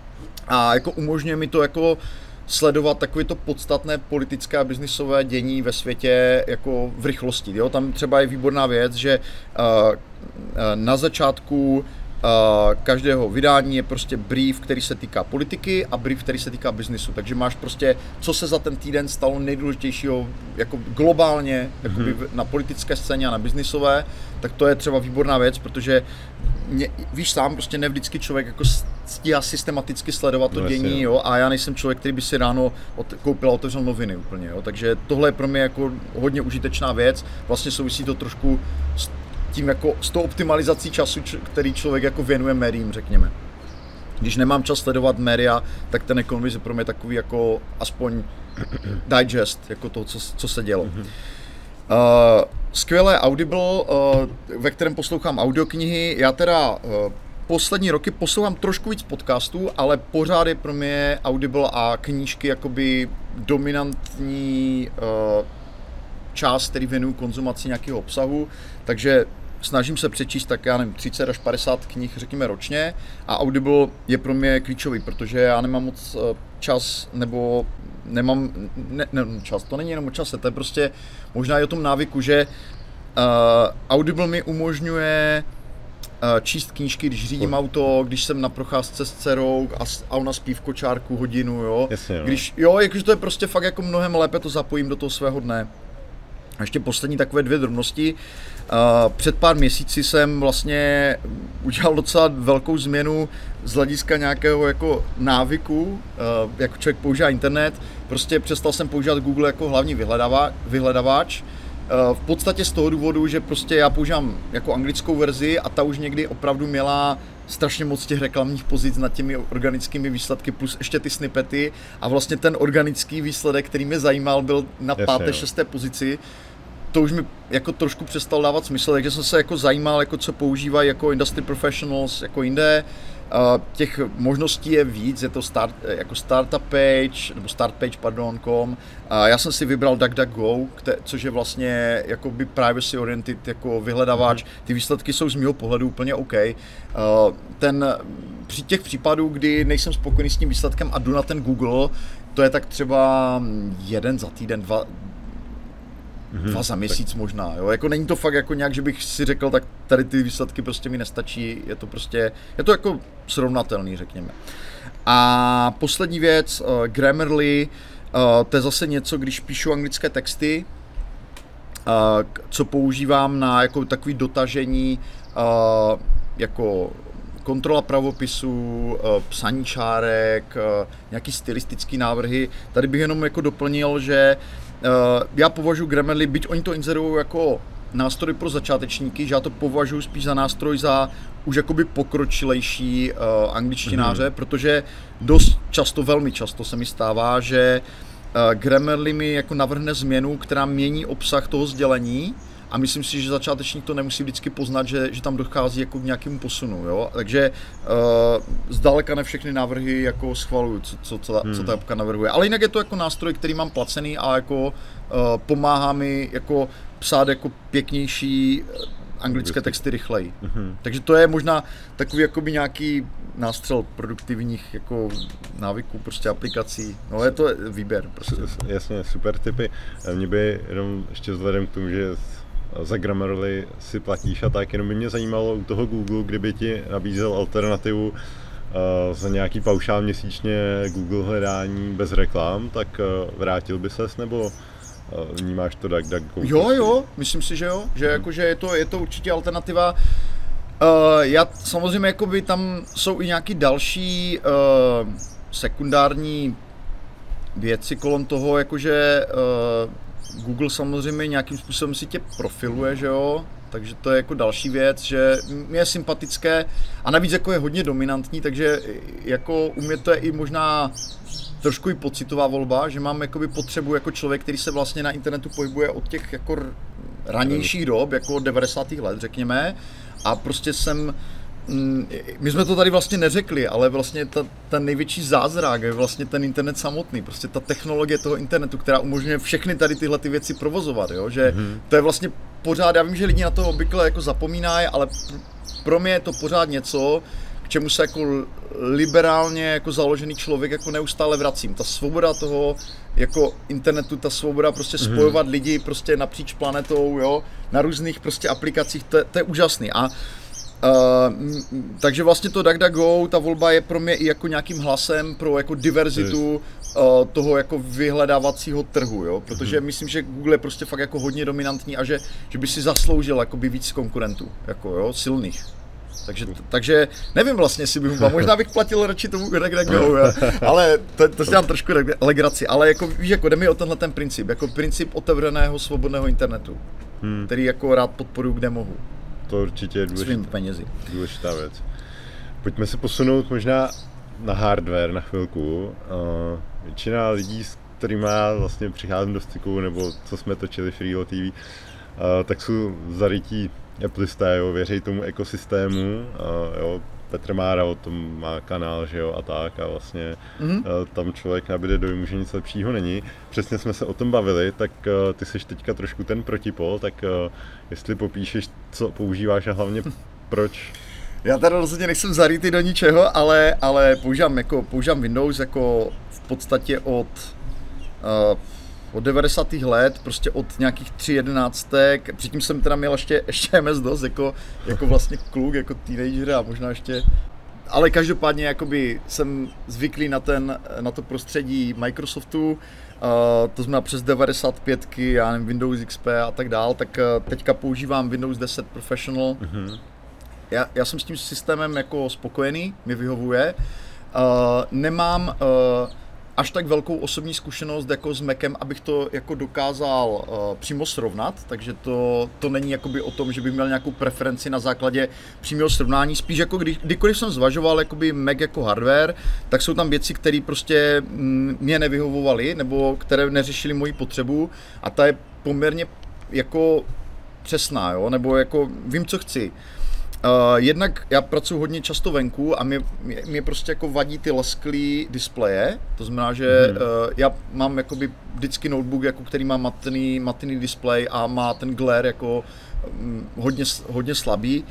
a jako umožňuje mi to jako sledovat takové to podstatné politické a biznisové dění ve světě jako v rychlosti. Jo? Tam třeba je výborná věc, že uh, na začátku Uh, každého vydání je prostě brief, který se týká politiky a brief, který se týká biznisu. Takže máš prostě, co se za ten týden stalo nejdůležitějšího jako globálně mm-hmm. na politické scéně a na biznisové, tak to je třeba výborná věc, protože mě, víš sám, prostě ne vždycky člověk jako stíhá systematicky sledovat to no, dění, jo, a já nejsem člověk, který by si ráno od, koupil a otevřel noviny úplně, jo, takže tohle je pro mě jako hodně užitečná věc, vlastně souvisí to trošku s tím jako s tou optimalizací času, který člověk jako věnuje médiím, řekněme. Když nemám čas sledovat média, tak ten Economist je pro mě takový jako aspoň digest, jako to, co, co se dělo. Mm-hmm. Uh, skvělé Audible, uh, ve kterém poslouchám audioknihy. Já teda uh, poslední roky poslouchám trošku víc podcastů, ale pořád je pro mě Audible a knížky jakoby dominantní uh, část, který věnuju konzumaci nějakého obsahu, takže snažím se přečíst tak, já nevím, třicet až padesát knih, řekněme, ročně a Audible je pro mě klíčový, protože já nemám moc čas, nebo nemám, ne, ne, čas, to není jenom o čase, to je prostě možná i o tom návyku, že uh, Audible mi umožňuje uh, číst knížky, když řídím auto, když jsem na procházce s dcerou a, a ona spí v kočárku hodinu, jo. Jasně, jo. Když, jo, jakože to je prostě fakt jako mnohem lépe to zapojím do toho svého dne. A ještě poslední takové dvě drobnosti. Uh, před pár měsíci jsem vlastně udělal docela velkou změnu z hlediska nějakého jako návyku, uh, jak člověk používá internet. Prostě přestal jsem používat Google jako hlavní vyhledava, vyhledavač. Uh, v podstatě z toho důvodu, že prostě já používám jako anglickou verzi a ta už někdy opravdu měla strašně moc těch reklamních pozic nad těmi organickými výsledky, plus ještě ty snippety a vlastně ten organický výsledek, který mě zajímal, byl na Jasně, páté, jo. šesté pozici. To už mi jako trošku přestal dávat smysl, takže jsem se jako zajímal, jako co používají jako industry professionals jako jinde. Uh, těch možností je víc, je to start, jako startup page, nebo startpage, pardon, com. Uh, já jsem si vybral DuckDuckGo, kte, což je vlastně jakoby privacy oriented jako vyhledávač. Ty výsledky jsou z mého pohledu úplně OK. Uh, ten, při těch případů, kdy nejsem spokojený s tím výsledkem a jdu na ten Google, to je tak třeba jeden za týden, dva, Mm-hmm, dva za měsíc tak. Možná, jo, jako není to fakt jako nějak, že bych si řekl, tak tady ty výsledky prostě mi nestačí, je to prostě, je to jako srovnatelný, řekněme. A poslední věc, uh, Grammarly, uh, to je zase něco, když píšu anglické texty, co používám na jako takový dotažení, jako kontrola pravopisů, psaní čárek, nějaký stylistický návrhy. Tady bych jenom jako doplnil, že já považuji Grammarly, byť oni to inzerují jako nástroj pro začátečníky, že já to považuji spíš za nástroj za už jakoby pokročilejší uh, angličtináře, mm-hmm. protože dost často, velmi často se mi stává, že uh, Grammarly mi jako navrhne změnu, která mění obsah toho sdělení a myslím si, že začátečník to nemusí vždycky poznat, že, že tam dochází jako k nějakému posunu, jo? Takže uh, zdaleka ne všechny návrhy jako schvaluju, co, co, co, hmm. co ta apka navrhuje, ale jinak je to jako nástroj, který mám placený a jako uh, pomáhá mi jako psát jako pěknější anglické texty rychleji. Mm-hmm. Takže to je možná takový jakoby nějaký nástřel produktivních jako návyků, prostě aplikací. No je to výběr prostě. Jasně, super tipy. Mě by jenom ještě vzhledem k tomu, že za Grammarly si platíš a tak, jenom by mě zajímalo u toho Google, kdyby ti nabízel alternativu uh, za nějaký paušál měsíčně Google hledání bez reklam, tak uh, vrátil by ses, nebo vnímáš to tak, tak Jo, jo, myslím si, že jo, že hmm. jakože je to, je to určitě alternativa. Uh, já samozřejmě jakoby tam jsou i nějaký další uh, sekundární věci kolem toho, jakože uh, Google samozřejmě nějakým způsobem si tě profiluje, že jo, takže to je jako další věc, že mi je sympatické a navíc jako je hodně dominantní, takže jako u mě to je i možná trošku i pocitová volba, že mám jakoby potřebu jako člověk, který se vlastně na internetu pohybuje od těch jako ranějších dob, jako od devadesátých let, řekněme, a prostě jsem, my jsme to tady vlastně neřekli, ale vlastně ta, ten největší zázrak je vlastně ten internet samotný, prostě ta technologie toho internetu, která umožňuje všechny tady tyhle ty věci provozovat, jo, že mm-hmm. to je vlastně pořád, já vím, že lidi na to obvykle jako zapomínají, ale pro mě je to pořád něco, k čemu se jako liberálně jako založený člověk jako neustále vracím. Ta svoboda toho jako internetu, ta svoboda prostě spojovat mm. lidi prostě napříč planetou, jo, na různých prostě aplikacích, to, to je úžasný. A Uh, takže vlastně to DuckDuckGo, ta volba je pro mě i jako nějakým hlasem pro jako diverzitu uh, toho jako vyhledávacího trhu, jo, protože mm. myslím, že Google je prostě fakt jako hodně dominantní a že, že by si zasloužil jakoby víc konkurentů, jako jo, silných. Takže, takže nevím vlastně, jestli bych možná bych platil radši tomu DuckDuckGo, ale to, to si dám trošku legraci, ale jako víš, jako jde mi o tenhle ten princip, jako princip otevřeného svobodného internetu, hmm. který jako rád podporuji, kde mohu. To určitě je důležitá, důležitá věc. Pojďme se posunout možná na hardware na chvilku. Uh, většina lidí, s kterými já vlastně přicházím do styku, nebo co jsme točili Freelo T V, uh, tak jsou zarytí applisté, jo, věří tomu ekosystému, uh, jo. Petr Mára o tom má kanál, že jo, a tak a vlastně mm-hmm. uh, tam člověk nabíde dojmu, že nic lepšího není. Přesně jsme se o tom bavili, tak uh, ty seš teďka trošku ten protipol, tak uh, jestli popíšeš, co používáš a hlavně proč? Já tady rozhodně nejsem zarytý do ničeho, ale, ale používám, jako, používám Windows jako v podstatě od uh, od devadesátých let, prostě od nějakých tři jedenáctek, předtím jsem teda měl ještě, ještě M S DOS jako, jako vlastně kluk, jako teenager a možná ještě, ale každopádně jakoby jsem zvyklý na, ten, na to prostředí Microsoftu, uh, to znamená přes devadesát pět, já nevím, Windows X P a tak dál, tak uh, teďka používám Windows deset Professional. Mm-hmm. Já, já jsem s tím systémem jako spokojený, mi vyhovuje, uh, nemám uh, až tak velkou osobní zkušenost jako s Macem, abych to jako dokázal uh, přímo srovnat, takže to, to není jakoby o tom, že bych měl nějakou preferenci na základě přímého srovnání, spíš jako kdy, kdykoliv jsem zvažoval jakoby Mac jako hardware, tak jsou tam věci, které prostě mě nevyhovovaly, nebo které neřešily moji potřebu a ta je poměrně jako přesná, jo? Nebo jako vím, co chci. Uh, jednak já pracuji hodně často venku a mě, mě, mě prostě jako vadí ty lesklý displeje, to znamená, že hmm. uh, já mám jakoby vždycky notebook, jako který má matný, matný displej a má ten glare jako um, hodně, hodně slabý.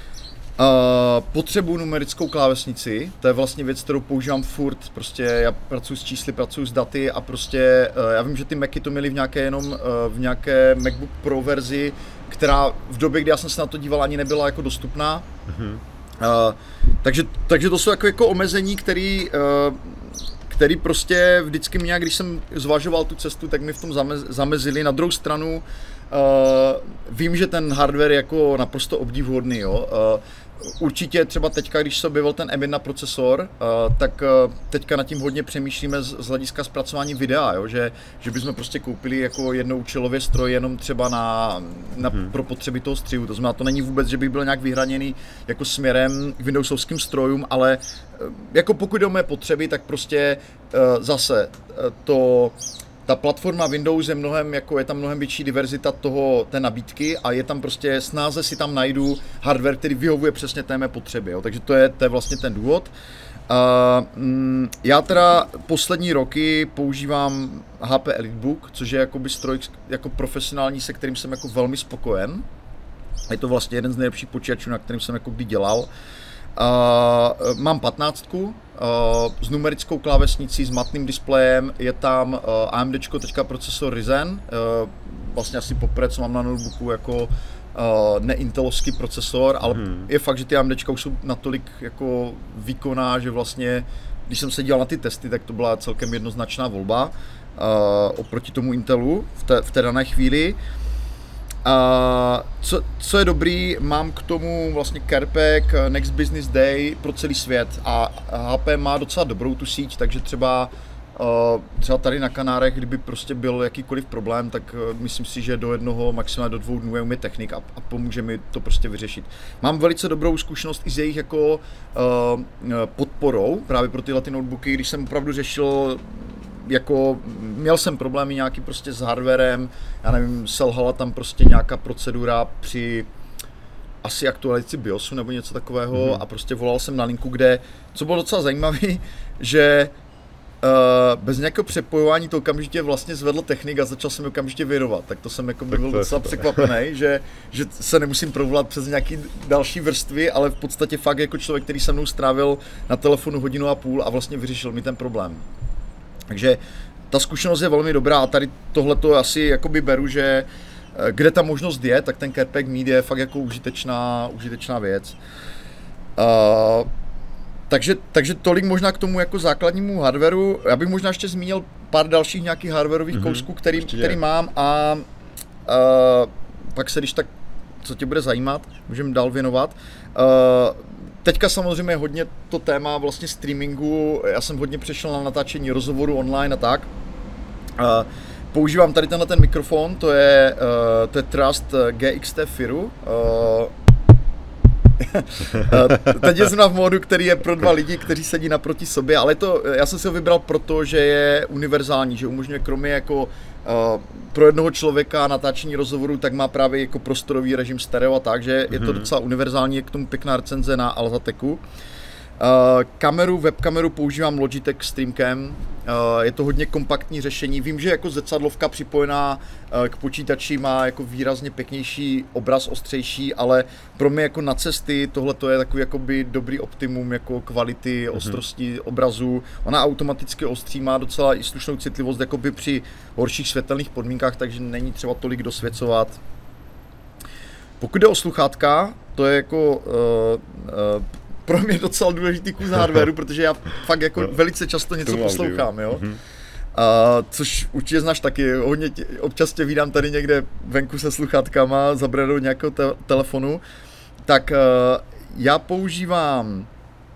Uh, potřebuji numerickou klávesnici, to je vlastně věc, kterou používám furt, prostě já pracuji s čísly, pracuji s daty a prostě uh, já vím, že ty Macy to měly v nějaké jenom uh, v nějaké MacBook Pro verzi, která v době, kdy já jsem se na to díval, ani nebyla jako dostupná. Mm-hmm. Uh, takže, takže to jsou jako, jako omezení, který, uh, který prostě vždycky mě, když jsem zvažoval tu cestu, tak mi v tom zamezili. Na druhou stranu uh, vím, že ten hardware je jako naprosto obdivuhodný, jo. Uh, Určitě třeba teďka, když se objevil ten M jedna procesor, tak teďka nad tím hodně přemýšlíme z hlediska zpracování videa, jo? Že, že bychom prostě koupili jako jednoúčelově stroj jenom třeba na, na, hmm. pro potřeby toho střihu. To znamená, to není vůbec, že by byl nějak vyhraněný jako směrem k Windowsovským strojům, ale jako pokud jde o mé potřeby, tak prostě zase to... Ta platforma Windows je mnohem, jako je tam mnohem větší diverzita toho, té nabídky a je tam prostě snáze si tam najdu hardware, který vyhovuje přesně té mé potřeby, jo. Takže to je, to je vlastně ten důvod. Uh, mm, já teda poslední roky používám H P EliteBook, což je jakoby stroj jako profesionální, se kterým jsem jako velmi spokojen. Je to vlastně jeden z nejlepších počítačů, na kterým jsem jako kdy dělal. Uh, mám patnáctku uh, s numerickou klávesnicí, s matným displejem, je tam uh, AMDčko teďka procesor Ryzen, uh, vlastně asi poprvé, co mám na notebooku jako uh, neintelovský procesor, ale hmm. je fakt, že ty AMDčka už jsou natolik jako výkonná, že vlastně, když jsem se díval na ty testy, tak to byla celkem jednoznačná volba uh, oproti tomu Intelu v té, v té dané chvíli. Uh, co, co je dobrý, mám k tomu vlastně Carepack Next Business Day pro celý svět a H P má docela dobrou tu síť, takže třeba, uh, třeba tady na Kanárech, kdyby prostě byl jakýkoliv problém, tak uh, myslím si, že do jednoho, maximálně do dvou dnů je u mě technik a, a pomůže mi to prostě vyřešit. Mám velice dobrou zkušenost i s jejich jako uh, podporou právě pro tyhle ty notebooky, když jsem opravdu řešil jako měl jsem problémy nějaký prostě s hardwarem, já nevím, selhala tam prostě nějaká procedura při asi aktualizaci BIOSu nebo něco takového mm-hmm. a prostě volal jsem na linku, kde, co bylo docela zajímavé, že uh, bez nějakého přepojování to okamžitě vlastně zvedl technik a začal jsem okamžitě věnovat, tak to jsem jako byl docela překvapený, že, že se nemusím provolat přes nějaký další vrstvy, ale v podstatě fakt jako člověk, který se mnou strávil na telefonu hodinu a půl a vlastně vyřešil mi ten problém. Takže ta zkušenost je velmi dobrá a tady tohleto asi jakoby beru, že kde ta možnost je, tak ten Carepack Mini je fakt jako užitečná, užitečná věc. Uh, takže, takže tolik možná k tomu jako základnímu hardwareu. Já bych možná ještě zmínil pár dalších nějakých hardwareových mm-hmm, kousků, který, který mám a uh, pak se když tak, co tě bude zajímat, můžeme dál věnovat. Uh, Teďka samozřejmě je hodně to téma vlastně streamingu, já jsem hodně přešel na natáčení rozhovoru online a tak. Uh, používám tady tenhle ten mikrofon, to je, uh, to je Trust G X T Firu. Uh, Teď jsem v módu, který je pro dva lidi, kteří sedí naproti sobě, ale to, já jsem si ho vybral proto, že je univerzální, že umožňuje kromě jako uh, pro jednoho člověka natáčení rozhovoru, tak má právě jako prostorový režim stereo a tak, že je to docela univerzální, je k tomu pěkná recenze na Alzatecu. Uh, kameru, webkameru používám Logitech Streamcam, uh, je to hodně kompaktní řešení, vím, že jako zrcadlovka připojená uh, k počítači má jako výrazně pěknější obraz, ostřejší, ale pro mě jako na cesty tohle to je takový jakoby dobrý optimum jako kvality, mm-hmm. ostrosti obrazu, ona automaticky ostří, má docela i slušnou citlivost jakoby při horších světelných podmínkách, takže není třeba tolik dosvěcovat. Pokud jde o sluchátka, to je jako uh, uh, pro mě docela důležitý kus hardwareu, protože já fakt jako no, velice často něco poslouchám, jo. Mm-hmm. A, což určitě znáš taky, hodně tě, občas tě vídám tady někde venku se sluchátkama za bradou nějakého te- telefonu. Tak uh, já používám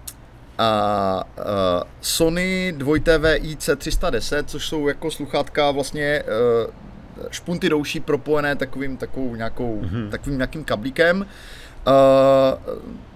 a, uh, Sony dva T V I C tři sta deset, což jsou jako sluchátka vlastně uh, špunty douší propojené takovým, takovou nějakou, mm-hmm. takovým nějakým kablíkem. Uh,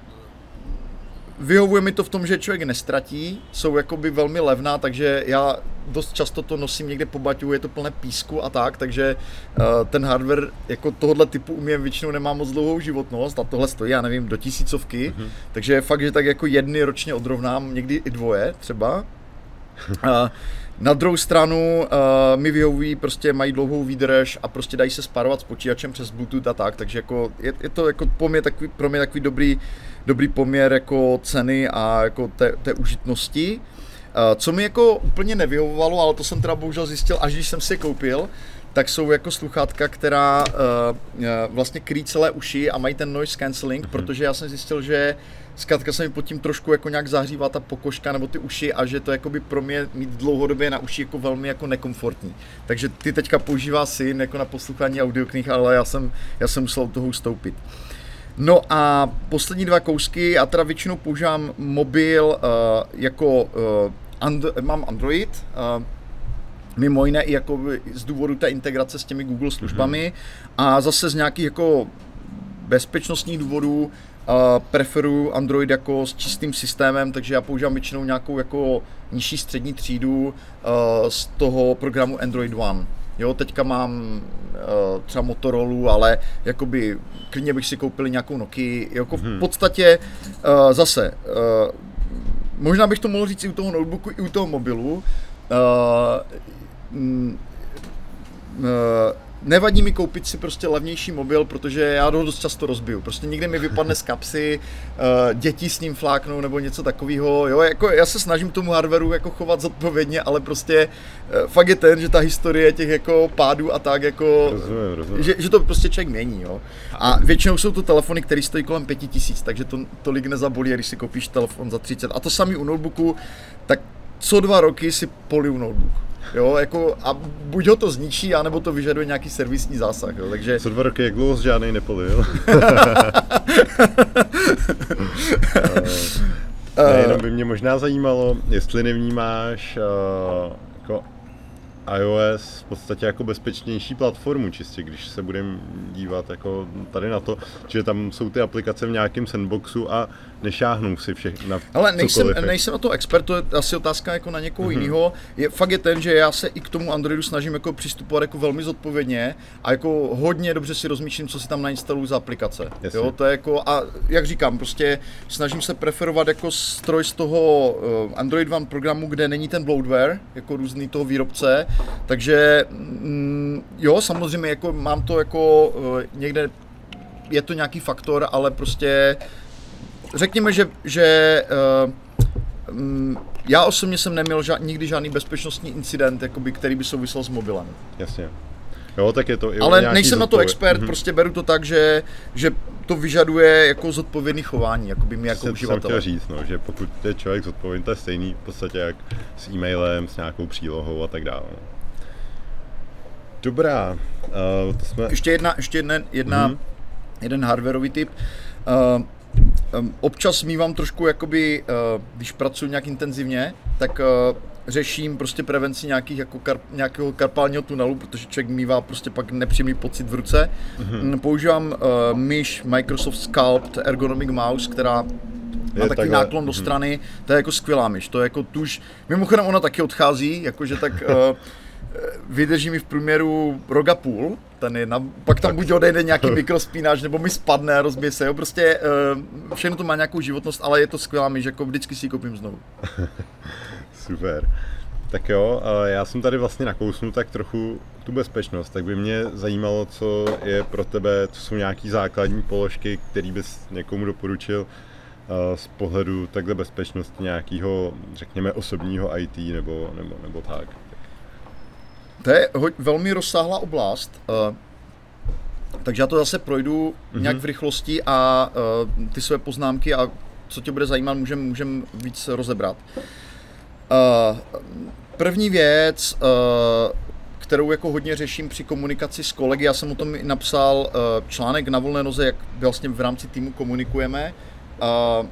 Vyhovuje mi to v tom, že člověk nestratí, jsou jakoby velmi levná, takže já dost často to nosím někde po baťu, je to plné písku a tak, takže uh, ten hardware jako tohohle typu u mě většinou nemá moc dlouhou životnost a tohle stojí, já nevím, do tisícovky, mm-hmm. takže fakt, že tak jako jedny ročně odrovnám, někdy i dvoje třeba. Uh, na druhou stranu uh, mi vyhovují, prostě mají dlouhou výdrž a prostě dají se spárovat s počítačem přes Bluetooth a tak, takže jako je, je to jako pro mě takový, pro mě takový dobrý, dobrý poměr jako ceny a jako té, té užitnosti. Uh, co mi jako úplně nevyhovovalo, ale to jsem teda bohužel zjistil, až když jsem si je koupil, tak jsou jako sluchátka, která uh, vlastně kryjí celé uši a mají ten noise cancelling, mm-hmm. protože já jsem zjistil, že zkrátka se mi pod tím trošku jako nějak zahřívá ta pokožka nebo ty uši a že to jakoby pro mě mít dlouhodobě na uši jako velmi jako nekomfortní. Takže ty teďka používá syn jako na poslouchání audioknih, ale já jsem, já jsem musel od toho ustoupit. No a poslední dva kousky, já teda většinou používám mobil uh, jako, uh, and, mám Android, uh, mimo jiné i jako z důvodu té integrace s těmi Google službami mm-hmm. a zase z nějakých jako bezpečnostních důvodů uh, preferuju Android jako s čistým systémem, takže já používám většinou nějakou jako nižší střední třídu uh, z toho programu Android One. Jo, teďka mám uh, třeba Motorola, ale jakoby klidně bych si koupil nějakou Nokii, jako v podstatě uh, zase, uh, možná bych to mohl říct i u toho notebooku, i u toho mobilu, uh, mm, uh, nevadí mi koupit si prostě levnější mobil, protože já ho dost často rozbiju. Prostě někde mi vypadne z kapsy, uh, děti s ním fláknou nebo něco takového. Jo, jako já se snažím tomu hardwareu jako chovat zodpovědně, ale prostě uh, fakt je ten, že ta historie těch jako pádů a tak jako, rozumím, rozumím. Že, že to prostě člověk mění, jo. A většinou jsou to telefony, které stojí kolem pěti tisíc, takže to tolik nezabolí, když si koupíš telefon za třicet. A to samý u notebooku, tak co dva roky si poliju notebook. Jo, jako a buď ho to zničí, anebo to vyžaduje nějaký servisní zásah, jo, takže... Co dva roky, jak dlouho jsi žádnej nepolil? Ne, jenom by mě možná zajímalo, jestli nevnímáš uh, jako iOS v podstatě jako bezpečnější platformu, čistě když se budeme dívat jako tady na to, že tam jsou ty aplikace v nějakém sandboxu a nešáhnou si všechno. Ale nejsem, nejsem na to expert, to je asi otázka jako na někoho mm-hmm. jiného. Je, fakt je ten, že já se i k tomu Androidu snažím jako přistupovat jako velmi zodpovědně a jako hodně dobře si rozmýšlím, co si tam nainstaluju za aplikace. Jo, to je jako, a jak říkám, prostě snažím se preferovat jako stroj z toho uh, Android One programu, kde není ten bloatware, jako různý toho výrobce, takže mm, jo, samozřejmě jako mám to jako uh, někde, je to nějaký faktor, ale prostě řekněme, že, že uh, um, já osobně jsem neměl ža- nikdy žádný bezpečnostní incident, jakoby, který by souvisel s mobilem. Jasně. Jo, tak je to i ale nejsem na to expert, mm-hmm. prostě beru to tak, že, že to vyžaduje jako zodpovědný chování, jakoby mi jako uživatel. Jsem chtěl říct, no, že pokud je člověk zodpovědný, to je stejný v podstatě jak s e-mailem, s nějakou přílohou a tak dále. Dobrá, uh, to jsme... Ještě jedna, ještě jedna, jedna mm-hmm. jeden hardwareový tip. Uh, um, občas mívám trošku, jakoby, uh, když pracuji nějak intenzivně, tak uh, řeším prostě prevenci nějakých, jako kar, nějakého karpálního tunelu, protože člověk mívá prostě pak nepříjemný pocit v ruce. Mm-hmm. Používám uh, myš Microsoft Sculpt Ergonomic Mouse, která má takový náklon do strany, mm-hmm. to je jako skvělá myš, to je jako tuž, mimochodem ona taky odchází, jakože tak uh, vydrží mi v průměru rok a půl, ten jedna, pak tam tak. buď odejde nějaký mikrospínač, nebo mi spadne a rozbije se, jo, prostě uh, všechno to má nějakou životnost, ale je to skvělá myš, jako vždycky si ji koupím znovu. Super. Tak jo, já jsem tady vlastně nakousnul tak trochu tu bezpečnost, tak by mě zajímalo, co je pro tebe, co jsou nějaký základní položky, který bys někomu doporučil z pohledu takhle bezpečnosti nějakého, řekněme, osobního í té nebo, nebo, nebo tak. To je ho- velmi rozsáhlá oblast, uh, takže já to zase projdu mm-hmm. nějak v rychlosti a uh, ty své poznámky a co tě bude zajímat, můžeme můžem víc rozebrat. Uh, první věc, uh, kterou jako hodně řeším při komunikaci s kolegy, já jsem o tom napsal uh, článek na volné noze, jak vlastně v rámci týmu komunikujeme, uh, uh,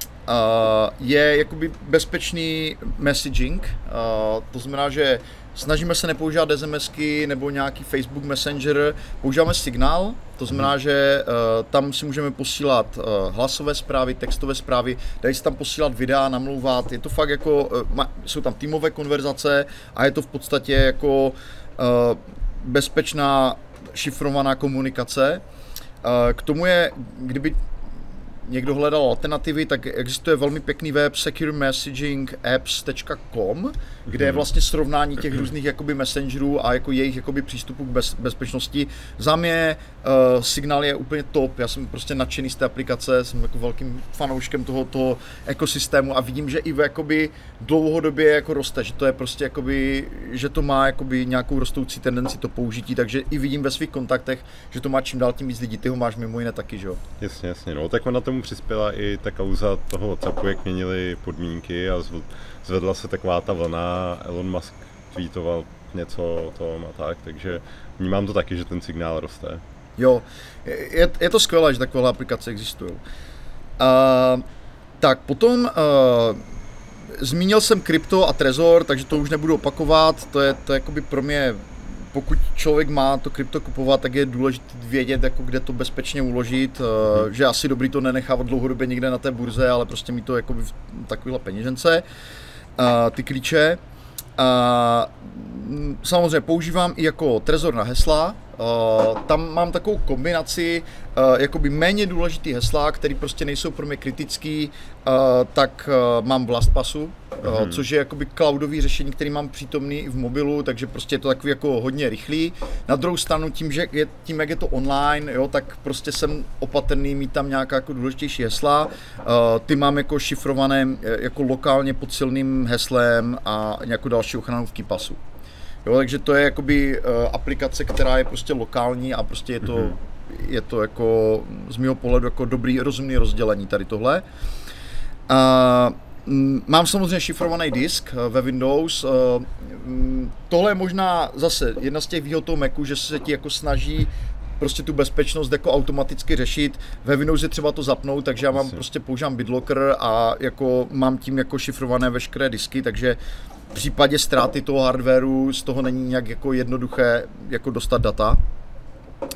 je jakoby bezpečný messaging, uh, to znamená, že snažíme se nepoužívat SMSky nebo nějaký Facebook Messenger, používáme Signál, to znamená, že uh, tam si můžeme posílat uh, hlasové zprávy, textové zprávy, dají se tam posílat videa, namlouvat, je to fakt jako, uh, ma, jsou tam týmové konverzace a je to v podstatě jako uh, bezpečná šifrovaná komunikace. Uh, k tomu je, kdyby někdo hledal alternativy, tak existuje velmi pěkný web secure messaging apps tečka com, kde je vlastně srovnání těch různých jakoby messengerů a jako jejich jakoby přístupu k bez, bezpečnosti. Za mě uh, Signál je úplně top, já jsem prostě nadšený z té aplikace, jsem jako velkým fanouškem toho, toho ekosystému a vidím, že i v jakoby dlouhodobě jako roste, že to je prostě jakoby, že to má jakoby nějakou rostoucí tendenci to použití, takže i vidím ve svých kontaktech, že to má čím dál tím víc lidí, ty ho máš mimo jiné taky, že jo? Jasně, jasně, no tak on na tom tomu přispěla i ta kauza toho WhatsAppu, jak měnili podmínky a zvedla se taková ta vlna, Elon Musk tweetoval něco o tom a tak, takže vnímám to taky, že ten signál roste. Jo, je, je to skvělé, že takové aplikace existují. Uh, tak potom uh, zmínil jsem krypto a Trezor, takže to už nebudu opakovat, to je to je jakoby pro mě, pokud člověk má to krypto kupovat, tak je důležité vědět, jako kde to bezpečně uložit, uh, že asi dobrý to nenechávat dlouhodobě někde na té burze, ale prostě mít to jakoby v takovéhle peněžence, uh, ty klíče. Uh, samozřejmě používám i jako Trezor na hesla. Uh, tam mám takovou kombinaci uh, jakoby méně důležitý hesla, které prostě nejsou pro mě kritický, uh, tak uh, mám v LastPassu, uh, mm-hmm. což je jakoby cloudový řešení, který mám přítomný i v mobilu, takže prostě je to takový jako hodně rychlý. Na druhou stranu tím, že je, tím jak je to online, jo, tak prostě jsem opatrný mít tam nějaká jako důležitější hesla. Uh, ty mám jako šifrované jako lokálně pod silným heslem a nějakou další ochranu v KeePassu. Jo, takže to je jakoby uh, aplikace, která je prostě lokální a prostě je to, mm-hmm. je to jako z mého pohledu jako dobrý, rozumný rozdělení tady tohle. Uh, m, mám samozřejmě šifrovaný disk uh, ve Windows. Uh, m, tohle je možná zase jedna z těch výhod toho Macu, že se ti jako snaží prostě tu bezpečnost jako automaticky řešit. Ve Windows je třeba to zapnout, takže já mám Asi. prostě používám BitLocker a jako mám tím jako šifrované veškeré disky, takže v případě ztráty toho hardwareu z toho není nějak jako jednoduché jako dostat data. Uh,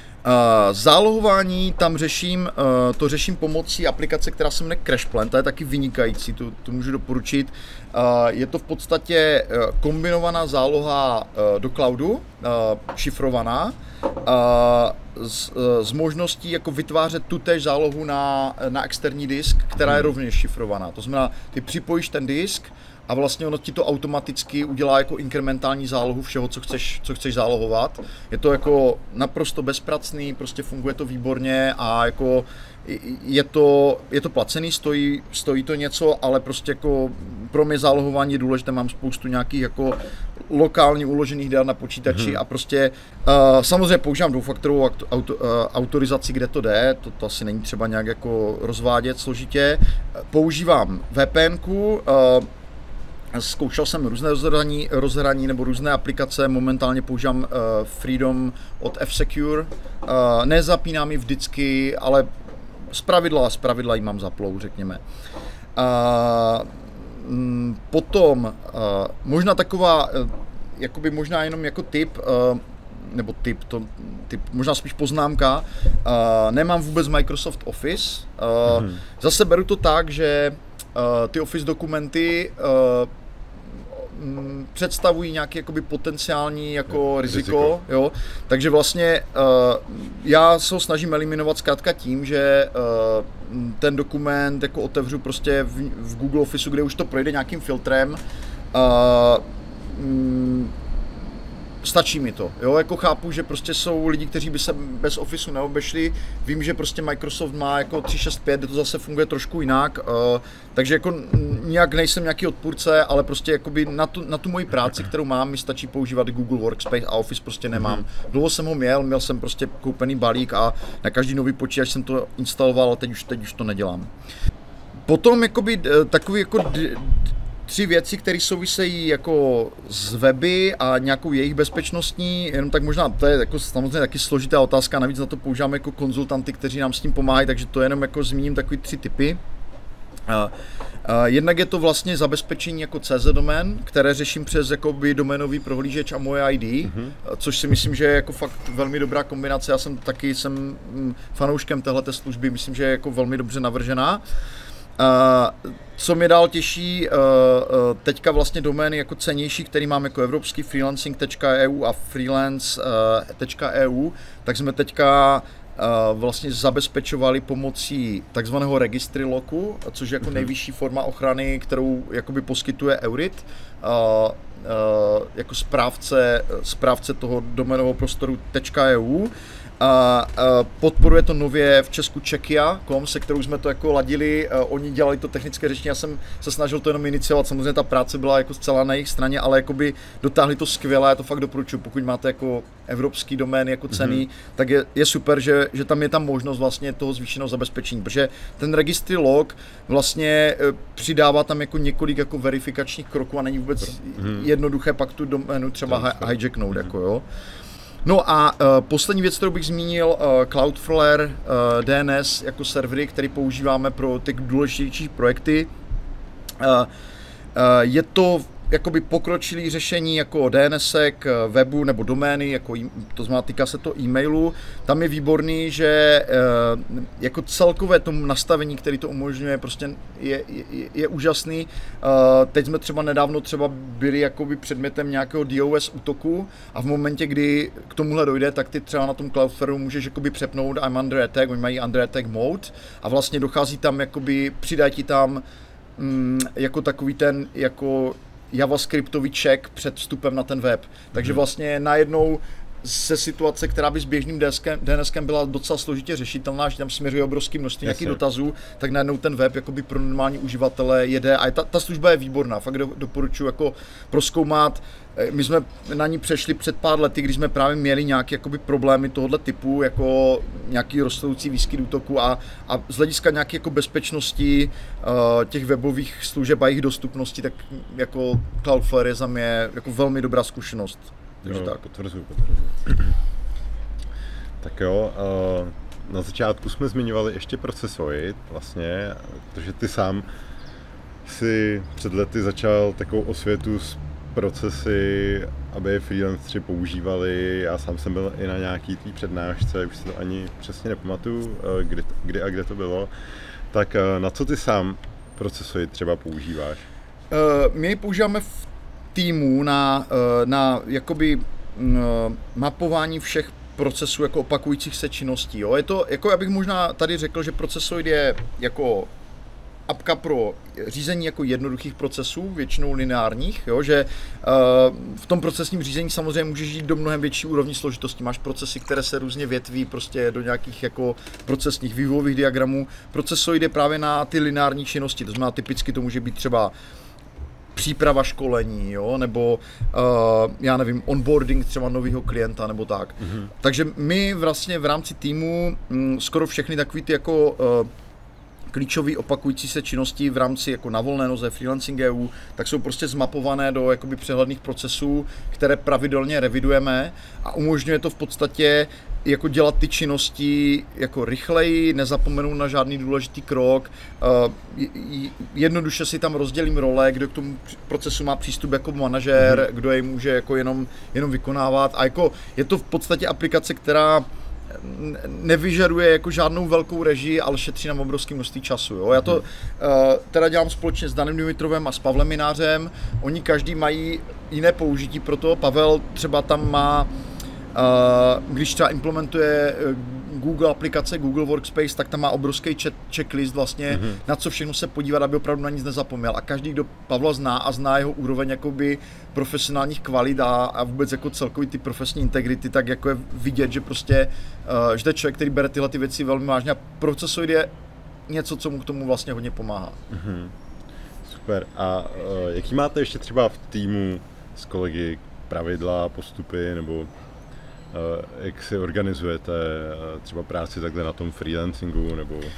zálohování tam řeším, uh, to řeším pomocí aplikace, která se jmenuje CrashPlan, ta je taky vynikající, tu, tu můžu doporučit. Uh, je to v podstatě uh, kombinovaná záloha uh, do cloudu, uh, šifrovaná, uh, s, uh, s možností jako vytvářet tutéž zálohu na, na externí disk, která je rovněž šifrovaná. To znamená, ty připojíš ten disk, a vlastně ono ti to automaticky udělá jako inkrementální zálohu všeho, co chceš, co chceš zálohovat. Je to jako naprosto bezpracný, prostě funguje to výborně a jako je to, je to placený, stojí, stojí to něco, ale prostě jako pro mě zálohování je důležité, mám spoustu nějakých jako lokálně uložených dat na počítači hmm. a prostě uh, samozřejmě používám dvoufaktorovou auto, auto, uh, autorizaci, kde to jde, to, to asi není třeba nějak jako rozvádět složitě. Používám VPNku, uh, zkoušel jsem různé rozhraní, rozhraní nebo různé aplikace, momentálně používám uh, Freedom od F-Secure, uh, nezapínám ji vždycky, ale zpravidla, zpravidla ji mám zaplou, řekněme. Uh, m, potom, uh, možná taková, uh, jakoby možná jenom jako tip, uh, nebo tip, to, tip, možná spíš poznámka, uh, nemám vůbec Microsoft Office, uh, mm. zase beru to tak, že Uh, ty Office dokumenty uh, m, představují nějaký jakoby potenciální jako riziko, riziko. Jo? Takže vlastně uh, já se ho snažím eliminovat zkrátka tím, že uh, ten dokument jako otevřu prostě v, v Google Officeu, kde už to projde nějakým filtrem. Uh, m, Stačí mi to, jo, jako chápu, že prostě jsou lidi, kteří by se bez Officeu neobešli, vím, že prostě Microsoft má jako tři šest pět, kde to zase funguje trošku jinak, uh, takže jako nějak nejsem nějaký odpůrce, ale prostě jakoby na tu, na tu moji práci, kterou mám, mi stačí používat Google Workspace a Office prostě nemám. Dlouho jsem ho měl, měl jsem prostě koupený balík a na každý nový počítač jsem to instaloval, ale teď už, teď už to nedělám. Potom jakoby takový jako d- Tři věci, které souvisejí jako s weby a nějakou jejich bezpečnostní, jenom tak možná, to je jako samozřejmě taky složitá otázka, navíc na to používáme jako konzultanty, kteří nám s tím pomáhají, takže to jenom jako zmíním takový tři typy. Uh, uh, jednak je to vlastně zabezpečení jako C Z domén, které řeším přes jakoby doménový prohlížeč a moje I D, mm-hmm. což si myslím, že je jako fakt velmi dobrá kombinace, já jsem taky jsem fanouškem téhleté služby, myslím, že je jako velmi dobře navržená. Uh, co mě dál těší, uh, uh, teďka vlastně domény jako cenější, který mám jako evropský freelancing tečka e u a freelance tečka e u, tak jsme teďka uh, vlastně zabezpečovali pomocí takzvaného registry locku, což je jako nejvyšší forma ochrany, kterou jakoby poskytuje Eurit. Uh, jako správce, správce toho doménového prostoru .eu. A, a podporuje to nově v Česku Czechia tečka com, se kterou jsme to jako ladili, a oni dělali to technické řešení, já jsem se snažil to jenom iniciovat, samozřejmě ta práce byla jako zcela na jejich straně, ale jakoby dotáhli to skvěle, já to fakt doporučuji, pokud máte jako evropský domén jako cený, mm-hmm. tak je, je super, že, že tam je tam možnost vlastně toho zvýšeného zabezpečení, protože ten registry log vlastně přidává tam jako několik jako verifikačních kroků a není vůbec mm-hmm. jednoduché pak tu doménu třeba hi- hijacknout, mm-hmm. jako jo. No a uh, poslední věc, kterou bych zmínil, uh, Cloudflare uh, D N S jako servery, který používáme pro ty důležitější projekty. Uh, uh, je to jakoby pokročilý řešení jako DNSek, webu nebo domény, jako e- to znamená, týká se to e-mailu. Tam je výborný, že uh, jako celkové tomu nastavení, který to umožňuje, prostě je, je, je úžasný. Uh, teď jsme třeba nedávno třeba byli jakoby předmětem nějakého DOS útoku a v momentě, kdy k tomuhle dojde, tak ty třeba na tom Cloudflareu můžeš jakoby přepnout I'm under attack, oni mají under attack mode a vlastně dochází tam jakoby, přidají ti tam mm, jako takový ten jako javascriptový check před vstupem na ten web. Takže vlastně najednou se situace, která by s běžným DNSkem byla docela složitě řešitelná, že tam směřuje obrovský množství nějakých dotazů, tak najednou ten web jakoby pro normální uživatele jede a ta, ta služba je výborná, fakt do, doporučuji jako prozkoumat. My jsme na ní přešli před pár lety, když jsme právě měli nějaké jakoby problémy tohoto typu, jako nějaký rostoucí výskyt útoku a, a z hlediska nějaké jako bezpečnosti uh, těch webových služeb a jejich dostupnosti, tak jako Cloudflare je za mě jako velmi dobrá zkušenost. Takže jo, tak. Potvrzuji, potvrzuji. Tak jo, uh, na začátku jsme zmiňovali ještě Processoid, vlastně, protože ty sám si před lety začal takovou osvětu s procesy, aby je freelanceri používali. Já sám jsem byl i na nějaký té přednášce, už si to ani přesně nepamatuju, kdy, kdy a kde to bylo. Tak na co ty sám Processoid třeba používáš? Uh, my používáme v týmu na, na jakoby mapování všech procesů jako opakujících se činností. Jo. Je to, jako já bych možná tady řekl, že Processoid je jako apka pro řízení jako jednoduchých procesů, většinou lineárních, jo, že uh, v tom procesním řízení samozřejmě můžeš jít do mnohem větší úrovni složitosti. Máš procesy, které se různě větví prostě do nějakých jako procesních vývojových diagramů. Processoid je právě na ty lineární činnosti, to znamená typicky to může být třeba příprava školení, jo, nebo uh, já nevím, onboarding třeba nového klienta, nebo tak. Mm-hmm. Takže my vlastně v rámci týmu m, skoro všechny takový ty jako uh, klíčové opakující se činnosti v rámci jako na volné noze, freelancing E U, tak jsou prostě zmapované do jakoby přehledných procesů, které pravidelně revidujeme a umožňuje to v podstatě jako dělat ty činnosti jako rychleji, nezapomenout na žádný důležitý krok, jednoduše si tam rozdělím role, kdo k tomu procesu má přístup jako manažer, mm-hmm. kdo jej může jako jenom, jenom vykonávat a jako je to v podstatě aplikace, která nevyžaduje jako žádnou velkou režii, ale šetří nám obrovské množství času. Jo? Já to uh, teda dělám společně s Danem Dimitrovem a s Pavlem Minářem. Oni každý mají jiné použití pro to. Pavel třeba tam má, uh, když třeba implementuje Google aplikace, Google Workspace, tak tam má obrovský check- checklist vlastně, mm-hmm. na co všechno se podívat, aby opravdu na nic nezapomněl. A každý, kdo Pavla zná a zná jeho úroveň jakoby profesionálních kvalit a, a vůbec jako celkový ty profesní integrity, tak jako je vidět, že prostě, uh, že to je člověk, který bere tyhle ty věci velmi vážně a Processoid je něco, co mu k tomu vlastně hodně pomáhá. Mm-hmm. Super. A uh, jaký máte ještě třeba v týmu s kolegy pravidla, postupy, nebo Uh, jak si organizujete uh, třeba práci takhle na tom freelancingu, nebo? Uh,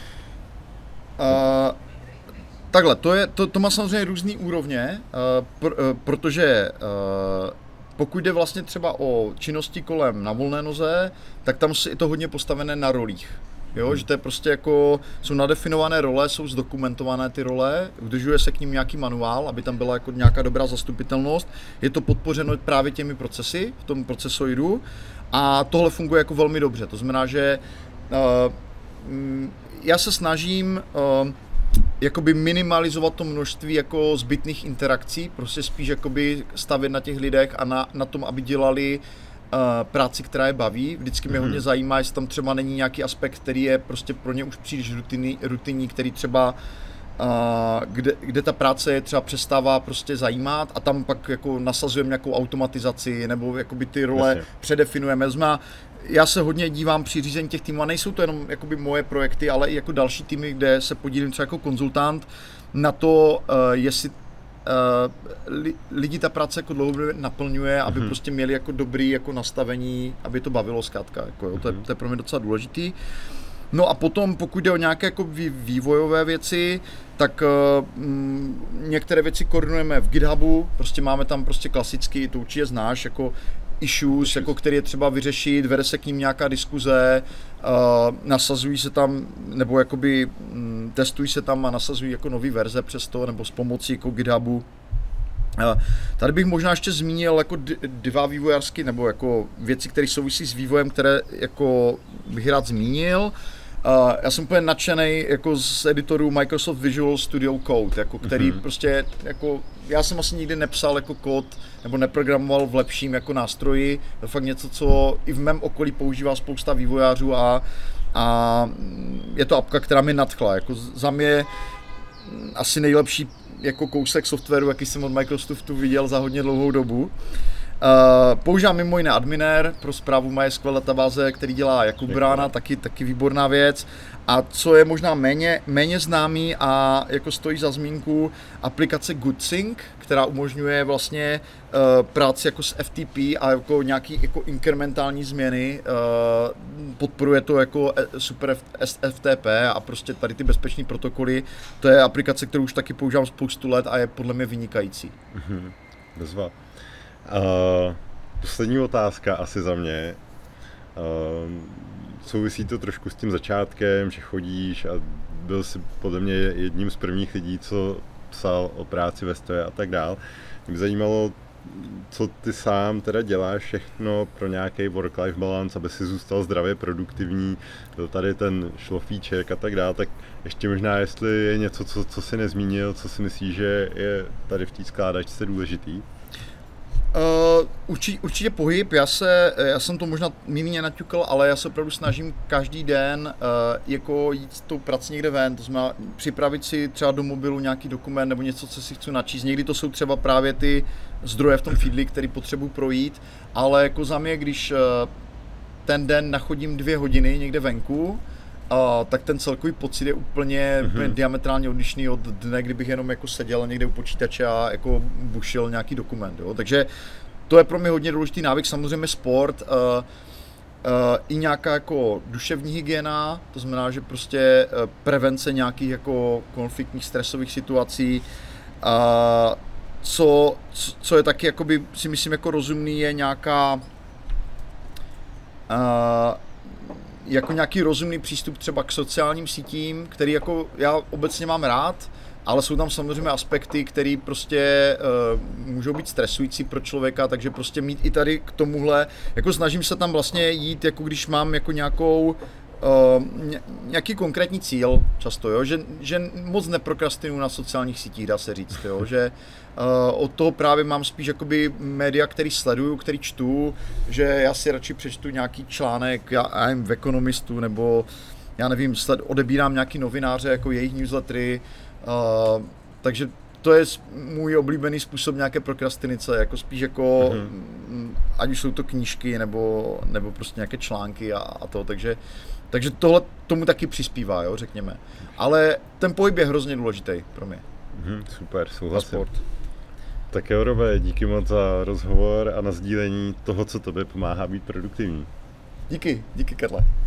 takhle, to, je, to, to má samozřejmě různý úrovně, uh, pr, uh, protože uh, pokud jde vlastně třeba o činnosti kolem na volné noze, tak tam je to hodně postavené na rolích. Jo, hmm. že to je prostě jako, jsou nadefinované role, jsou zdokumentované ty role, udržuje se k ním nějaký manuál, aby tam byla jako nějaká dobrá zastupitelnost, je to podpořeno právě těmi procesy v tom Processoidu a tohle funguje jako velmi dobře, to znamená, že uh, já se snažím uh, jakoby minimalizovat to množství jako zbytných interakcí, prostě spíš jakoby stavět na těch lidech a na, na tom, aby dělali Uh, práci, která je baví. Vždycky mě mm-hmm. hodně zajímá, jestli tam třeba není nějaký aspekt, který je prostě pro ně už příliš rutinní, rutinní který třeba a kde, kde ta práce je třeba přestává prostě zajímat a tam pak jako nasazujeme nějakou automatizaci nebo jakoby ty role Jasně. předefinujeme. Znamená, já se hodně dívám při řízení těch týmů a nejsou to jenom jakoby moje projekty, ale i jako další týmy, kde se podílím třeba jako konzultant na to, uh, jestli uh, li, lidi ta práce jako dlouhodobě naplňuje, aby mm-hmm. prostě měli jako dobrý jako nastavení, aby to bavilo zkrátka. Jako, jo, to, je, to je pro mě docela důležitý. No a potom, pokud jde o nějaké jako vývojové věci, tak uh, m, některé věci koordinujeme v GitHubu, prostě máme tam prostě klasicky, to určitě znáš, jako issues, jako který je třeba vyřešit, vede se k ním nějaká diskuze, uh, nasazují se tam, nebo jakoby m, testují se tam a nasazují jako nový verze přes to, nebo s pomocí jako GitHubu. Uh, tady bych možná ještě zmínil jako d- dva vývojářské, nebo jako věci, které souvisí s vývojem, které jako bych rád zmínil. Uh, já jsem úplně nadšený jako z editorů Microsoft Visual Studio Code, jako který mm-hmm. prostě jako já jsem asi nikdy nepsal jako kód nebo neprogramoval v lepším jako nástroji. To je fakt něco, co i v mém okolí používá spousta vývojářů a, a je to apka, která mě nadchla. Jako za mě asi nejlepší jako kousek softwaru, jaký jsem od Microsoftu viděl za hodně dlouhou dobu. Uh, používám mimo jiné Adminer pro správu MySQL databáze, který dělá Jakub Brána, taky, taky výborná věc. A co je možná méně, méně známý a jako stojí za zmínku, aplikace GoodSync, která umožňuje vlastně uh, práci jako s F T P a jako nějaký jako inkrementální změny. Uh, podporuje to jako super F T P a prostě tady ty bezpečné protokoly. To je aplikace, kterou už taky používám spoustu let a je podle mě vynikající. Mhm, bezva. Uh, poslední otázka asi za mě. Uh, souvisí to trošku s tím začátkem, že chodíš a byl jsi podle mě jedním z prvních lidí, co psal o práci ve stroji a tak dál. Mě by zajímalo, co ty sám teda děláš všechno pro nějaký work-life balance, aby si zůstal zdravě produktivní, byl tady ten šlofíček a tak dále, tak ještě možná, jestli je něco, co, co jsi nezmínil, co si myslíš, že je tady v té skládačce důležitý? Uh, určitě, určitě pohyb, já, se, já jsem to možná mírně naťukal, ale já se opravdu snažím každý den uh, jako jít s tou prací někde ven, to znamená připravit si třeba do mobilu nějaký dokument nebo něco, co si chci načíst. Někdy to jsou třeba právě ty zdroje v tom Feedly, který potřebuji projít, ale jako za mě, když uh, ten den nachodím dvě hodiny někde venku, Uh, tak ten celkový pocit je úplně, mm-hmm. úplně diametrálně odlišný od dne, kdybych jenom jako seděl někde u počítače a jako bušil nějaký dokument. Jo? Takže to je pro mě hodně důležitý návyk, samozřejmě sport, uh, uh, i nějaká jako duševní hygiena, to znamená, že prostě uh, prevence nějakých jako konfliktních stresových situací. Uh, co, co je taky jakoby, si myslím jako rozumný, je nějaká uh, jako nějaký rozumný přístup třeba k sociálním sítím, který jako já obecně mám rád, ale jsou tam samozřejmě aspekty, které prostě uh, můžou být stresující pro člověka, takže prostě mít i tady k tomuhle, jako snažím se tam vlastně jít, jako když mám jako nějakou Uh, nějaký konkrétní cíl často, jo? Že, že moc neprokrastinuju na sociálních sítích, dá se říct, jo? Že uh, od toho právě mám spíš jakoby média, který sleduju, který čtu, že já si radši přečtu nějaký článek, já, já nevím, v Economistu, nebo já nevím, sled, odebírám nějaký novináře, jako jejich newslettery, uh, takže to je můj oblíbený způsob nějaké prokrastinace, jako spíš jako, mm-hmm. ať už jsou to knížky, nebo, nebo prostě nějaké články a, a to, takže Takže tohle tomu taky přispívá, jo, řekněme. Ale ten pohyb je hrozně důležitý pro mě. Mm, super, souhlasím. Tak jo, Robe, díky moc za rozhovor a na sdílení toho, co tobě pomáhá být produktivní. Díky, díky Karle.